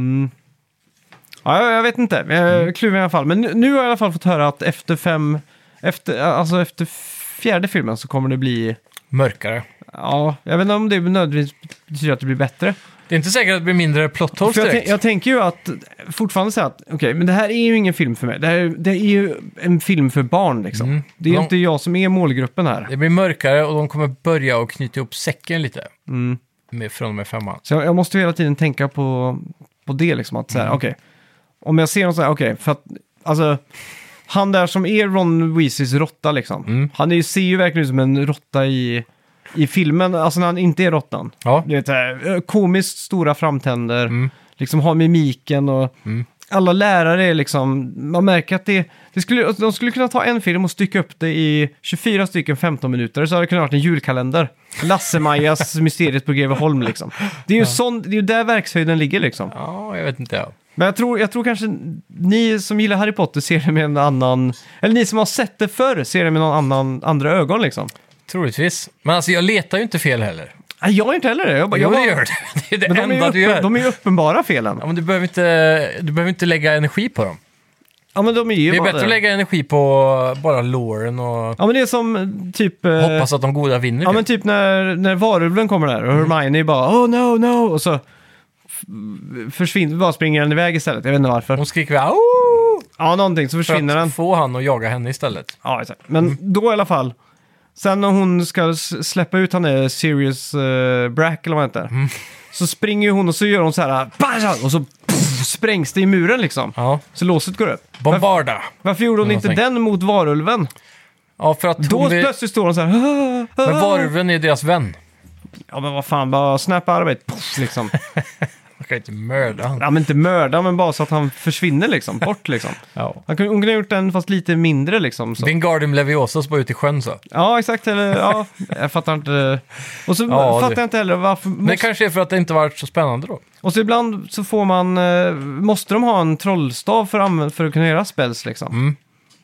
Ja, jag, jag vet inte. Jag är Mm. kluven i alla fall. Men nu, nu har jag i alla fall fått höra att efter fem... Efter, alltså efter fjärde filmen så kommer det bli... Mörkare. Ja, jag vet inte om det nödvändigtvis betyder att det blir bättre. Det är inte säkert att det blir mindre plot holes För jag, direkt. tän- jag tänker ju att, fortfarande säga att, okej, men det här är ju ingen film för mig. Det, här, det är ju en film för barn liksom. Mm. Det är ju De- inte jag som är målgruppen här. Det blir mörkare och de kommer börja och knyta ihop säcken lite. Mm. Med, från och med femman. Så jag, jag måste ju hela tiden tänka på, på det liksom, att säga, Mm. okej, om jag ser något så här, okej, för att, alltså, han där som är Ron Weasleys råtta liksom, Mm. han är, ju- ser ju verkligen ut som en råtta i, i filmen, alltså när han inte är råttan. Ja. Du vet, så här, komiskt stora framtänder, Mm. liksom har mimiken och Mm. alla lärare är liksom, man märker att det, det skulle, de skulle kunna ta en film och stycka upp det i tjugofyra stycken femton minuter, så hade det kunnat vara en julkalender. Lasse-Majas Mysteriet på Greveholm liksom. Det är ju sån, det är ju där verkshöjden ligger liksom. Ja, jag vet inte. Ja. Men jag tror, jag tror kanske ni som gillar Harry Potter ser det med en annan, eller ni som har sett det förr ser det med någon annan, andra ögon liksom. Troligtvis. Men alltså jag letar ju inte fel heller. Nej, jag är inte heller det. Jag, bara- Jo, jag det bara- gör det. Det är det Men de är, enda ju du gör. uppen, de är ju uppenbara felen. Ja, men du behöver, inte, du behöver inte lägga energi på dem. Ja, men de är ju Det är bara bättre att lägga energi på bara loren och Ja, men det är som eh, typ... eh, hoppas att de goda vinner. Ja, typ. men typ när, när varulven kommer där och Hermione bara oh no, no, och så f- försvinner, bara springer den iväg istället. Jag vet inte varför. Hon skriker Au! Ja, någonting, så För försvinner den. att få han att jaga henne istället. Ja, exakt. Men då i alla fall, sen när hon ska s- släppa ut han där Sirius uh, Brack eller vad det heter, så springer ju hon och så gör hon så här, "Bang!" och så pff, sprängs det i muren liksom. Ja. Så låset går upp. Bombarda! Varför gjorde hon Jag inte tänker. den mot varulven? Ja, för att Då hon vill... plötsligt står hon så här... "Ah, ah." Men varulven är deras vän. Ja, men vad fan, bara snappa arbet, puff, liksom. Man kan inte mörda han. Ja, men inte mörda, men bara så att han försvinner liksom, bort liksom. Ja. Han kunde, hon kunde ha gjort den fast lite mindre liksom. Så. Wingardium Leviosa bara ut i sjön så. Ja, exakt. Eller, ja, jag fattar inte. Och så Ja, fattar det- jag inte heller varför... Men det Måste, kanske är för att det inte varit så spännande då. och så ibland så får man... eh, måste de ha en trollstav för att, använda, för att kunna göra spells liksom. Mm.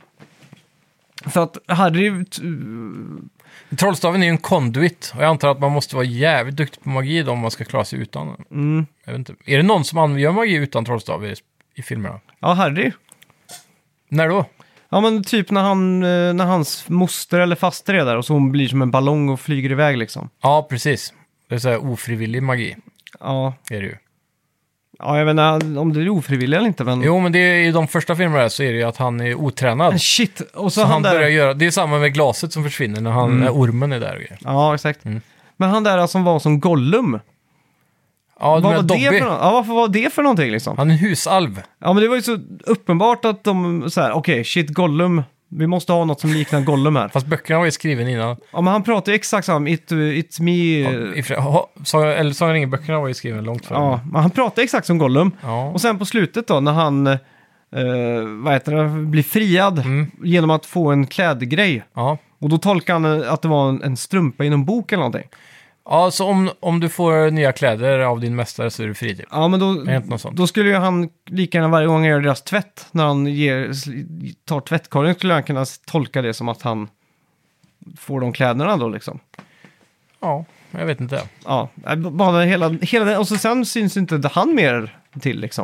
För att Harry... t- Trollstaven är ju en conduit och jag antar att man måste vara jävligt duktig på magi då om man ska klara sig utan den. Mm, Jag vet inte. Är det någon som an- gör magi utan trollstav i, i filmerna? ja, Harry. När då? Ja, men typ när, han, eh, när hans moster eller faster är där och så hon blir som en ballong och flyger iväg liksom. Ja, precis. Det är så här ofrivillig magi. Ja, Är det ju. ja jag vet inte om det är ofrivilligt eller inte, men... Jo, men det är, i de första filmerna så är det ju att han är otränad. Men shit, och så, Så han, han där... börjar göra... Det är samma med glaset som försvinner när, han, Mm. när ormen är där. Och grejer. Ja, exakt. Mm. Men han där som var som Gollum, Ja, vad du var menar det Dobby. för, nå- ja, varför var det för någonting liksom? Han är en husalv. Ja, men det var ju så uppenbart att de så här, okej, shit, Gollum, vi måste ha något som liknar Gollum här. Fast böckerna var ju skriven innan. Ja, men han pratar ju exakt samma, it, it's me... Ja, Ja, i, fre- ha, så, eller Sagan om ringen-böckerna var ju skriven långt före. ja, men han pratar exakt som Gollum. Ja. Och sen på slutet då, när han, eh, vad heter det, blir friad Mm. genom att få en klädgrej. Ja. Och då tolkar han eh, att det var en, en strumpa i någon bok eller någonting. Ja, så om, om du får nya kläder av din mästare så är du fri typ. Ja, men då, Det är inte något sånt. då skulle ju han lika gärna varje gång han gör deras tvätt, när han ger, sl- tar tvättkorgen, skulle han kunna tolka det som att han får de kläderna då liksom. Ja, jag vet inte. Ja, äh, b- bara hela, hela den, och så sen syns inte han mer till liksom.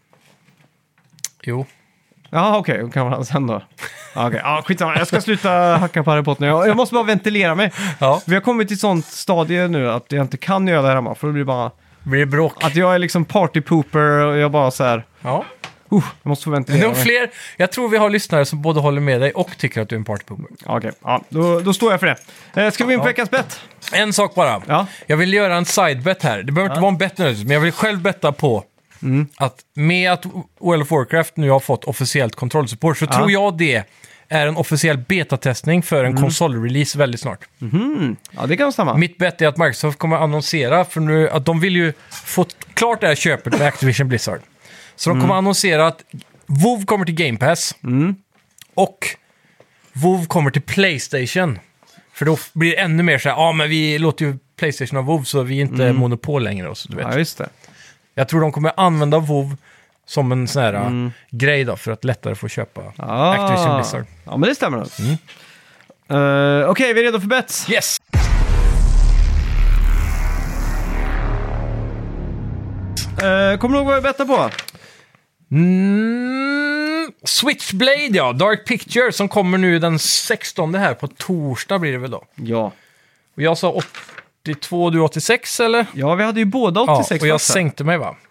Jo. Ja, okej, okay, kan man sen då. Ja, okej, ja, skitsamma, jag ska sluta hacka på Harry Potter nu. Jag, jag måste bara ventilera mig. Ja. Vi har kommit till sånt stadie nu att jag inte kan göra det här hemma, för det blir bara Blir det bråk? att jag är liksom partypooper och jag bara så här, Ja. uh, jag måste få Det är ventilera nog mig. fler. Jag tror vi har lyssnare som både håller med dig och tycker att du är en partypooper. Ja, okej, ja, då, då står jag för det. Eh, ska vi in på Ja. veckans bett? En sak bara. Ja. Jag vill göra en sidebet här. Det behöver inte vara en bet nu, men jag vill själv betta på Mm. att med att World of Warcraft nu har fått officiellt kontrollsupport så Ja. tror jag det är en officiell betatestning för en Mm. konsolrelease väldigt snart. Mhm. Ja, det kan stämma. Mitt bett är att Microsoft kommer annonsera, för nu att de vill ju få klart det här köpet med Activision Blizzard. Så de kommer annonsera att WoW kommer till Game Pass Mm. och WoW kommer till PlayStation. För då blir det ännu mer så här, ja men vi låter ju PlayStation ha WoW så vi är inte monopol längre. Och så, du vet. Ja, just det. Jag tror de kommer använda WoW som en sån här uh, grej då, för att lättare få köpa Ah. Activision Blizzard. Ja, men det stämmer nog. Mm. Eh, Okej, vi är redo för bets. Yes! Uh, kommer du ihåg vad vi bettade på? Mm, Switchblade, ja. Dark Picture som kommer nu den sextonde här. På torsdag blir det väl då. Ja. Och jag sa åt- fyrtiotvå och du åttiosex, eller? Ja, vi hade ju båda Ja, åttiosex och jag platser. sänkte mig, va?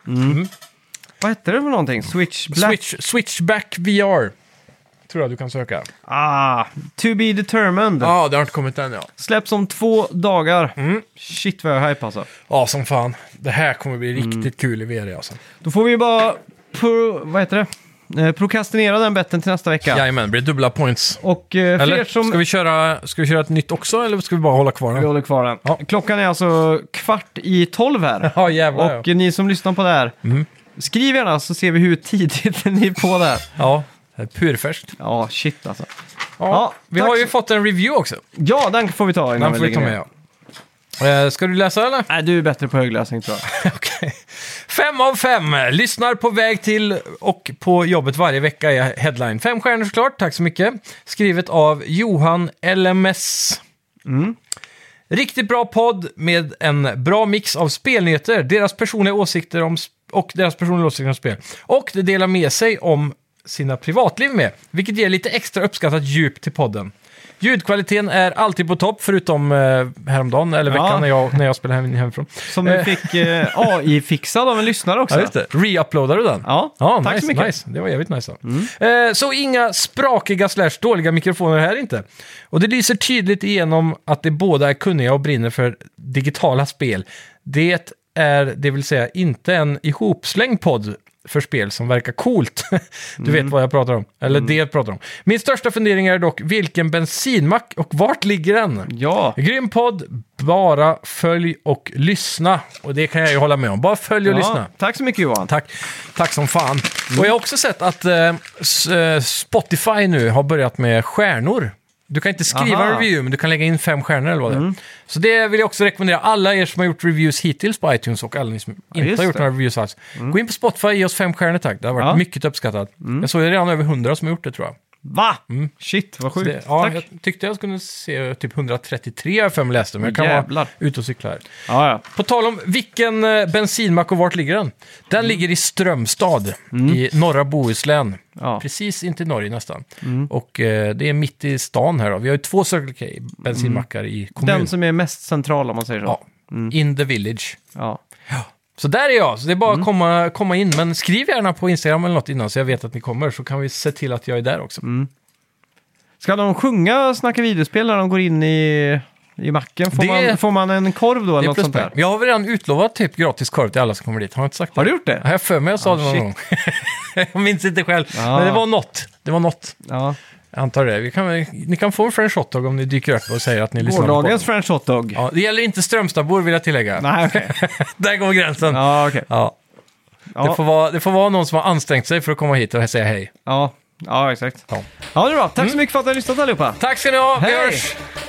Vad hette det för någonting? Switch Black? Switch, Switchback V R. Tror jag du kan söka. Ah, To Be Determined. Ja, det har inte kommit än, ja. Släpps om två dagar. Mm. Shit vad jag är hype alltså. Ja, som fan. Det här kommer bli riktigt kul i V R, alltså. Då får vi ju bara, pro, vad heter det? Eh, prokrastinera den betten till nästa vecka. Jajamän, det blir dubbla points. Och eh, för Eller er som... ska, vi köra, ska vi köra ett nytt också, eller ska vi bara hålla kvar Vi den? håller kvar den. Ja. Klockan är alltså kvart i tolv här. Ja, jävlar. Och eh, ni som lyssnar på det här, Mm. skriv gärna så ser vi hur tidigt ni är på det här. Ja, det är purfärskt. Ja, shit alltså. Ja, Ja, vi tack har ju så- fått en review också. Ja, den får vi ta innan Den får vi ta lägger med, ner. ja. Eh, ska du läsa, eller? Nej, du är bättre på högläsning tror jag. Okej. Fem av fem. Lyssnar på väg till och på jobbet varje vecka är headline. Fem stjärnor såklart, tack så mycket. Skrivet av Johan L M S. Mm. Riktigt bra podd med en bra mix av spelnyheter, deras personliga åsikter om sp- och deras personliga åsikter om spel. Och det delar med sig om sina privatliv med, vilket ger lite extra uppskattat djup till podden. Ljudkvaliteten är alltid på topp, förutom eh, häromdagen, eller veckan Ja. när jag, när jag spelade hem, hemifrån. Som vi Eh. fick eh, A I-fixad av en lyssnare också. Ja, just det. Re-uploadar du den? Ja, Ja, tack nice, så mycket. nice. Det var jävligt nice. Mm. Eh, så inga sprakiga slash dåliga mikrofoner här inte. Och det lyser tydligt igenom att de båda är kunniga och brinner för digitala spel. Det är, det vill säga, inte en ihopslängd podd för spel som verkar coolt. Du Mm. vet vad jag pratar om. Eller det jag pratar om. Min största fundering är dock, vilken bensinmack och vart ligger den? Ja, Grym podd, bara följ och lyssna. Och det kan jag ju hålla med om. Bara följ och ja. lyssna. Tack så mycket Johan. Tack, tack som fan. Och jag har också sett att eh, s- eh, Spotify nu har börjat med stjärnor. Du kan inte skriva Aha. en review, men du kan lägga in fem stjärnor eller vad det är. Så det vill jag också rekommendera alla er som har gjort reviews hittills på iTunes och alla ni som inte just har gjort det. några reviews alls. Gå in på Spotify och ge oss fem stjärnor tack. Det har varit Ja. mycket uppskattat. Jag såg det redan över hundra som har gjort det tror jag. Va? Shit, vad Så sjukt. det, ja, Tack. jag tyckte jag skulle se typ hundratre för mig läste, men jag kan Jävlar. vara ute och cykla här. Ja, ja. På tal om vilken eh, bensinmack och vart ligger den? Den Mm. ligger i Strömstad i norra Bohuslän. Ja. Precis in till Norge nästan. Och eh, det är mitt i stan här då. Vi har ju två Circle K bensinmackar i kommunen. Den som är mest central om man säger så. Ja, in the village. Ja. Så där är jag, så det är bara Mm. att komma, komma in. Men skriv gärna på Instagram eller något innan så jag vet att ni kommer. Så kan vi se till att jag är där också. Mm. Ska de sjunga Snacka videospel när de går in i, i macken? Får, Det- man, får man en korv då Det eller är något sånt pluspoäng. där? Jag har väl redan utlovat typ gratis korv till alla som kommer dit. Har jag inte sagt det? Har du gjort det? Ja, jag för mig jag sa Ah, det någon shit. gång. Jag minns inte själv. Ja. Men det var något. Det var något. Ja. Jag antar det. Vi kan, ni kan få en French hotdog om ni dyker upp och säger att ni lyssnar på Gårdagens podden. French hotdog. Ja, det gäller inte Strömstadbor vill jag tillägga. Nej, okej. Där går gränsen. Ja. Ja, okej. Det, Ja. får vara, det får vara någon som har ansträngt sig för att komma hit och säga hej. Ja. Ja, exakt. Ja. Ja, det är bra. Tack så mycket för att ni har lyssnat allihopa. Tack ska ni ha. Vi Hej! hörs!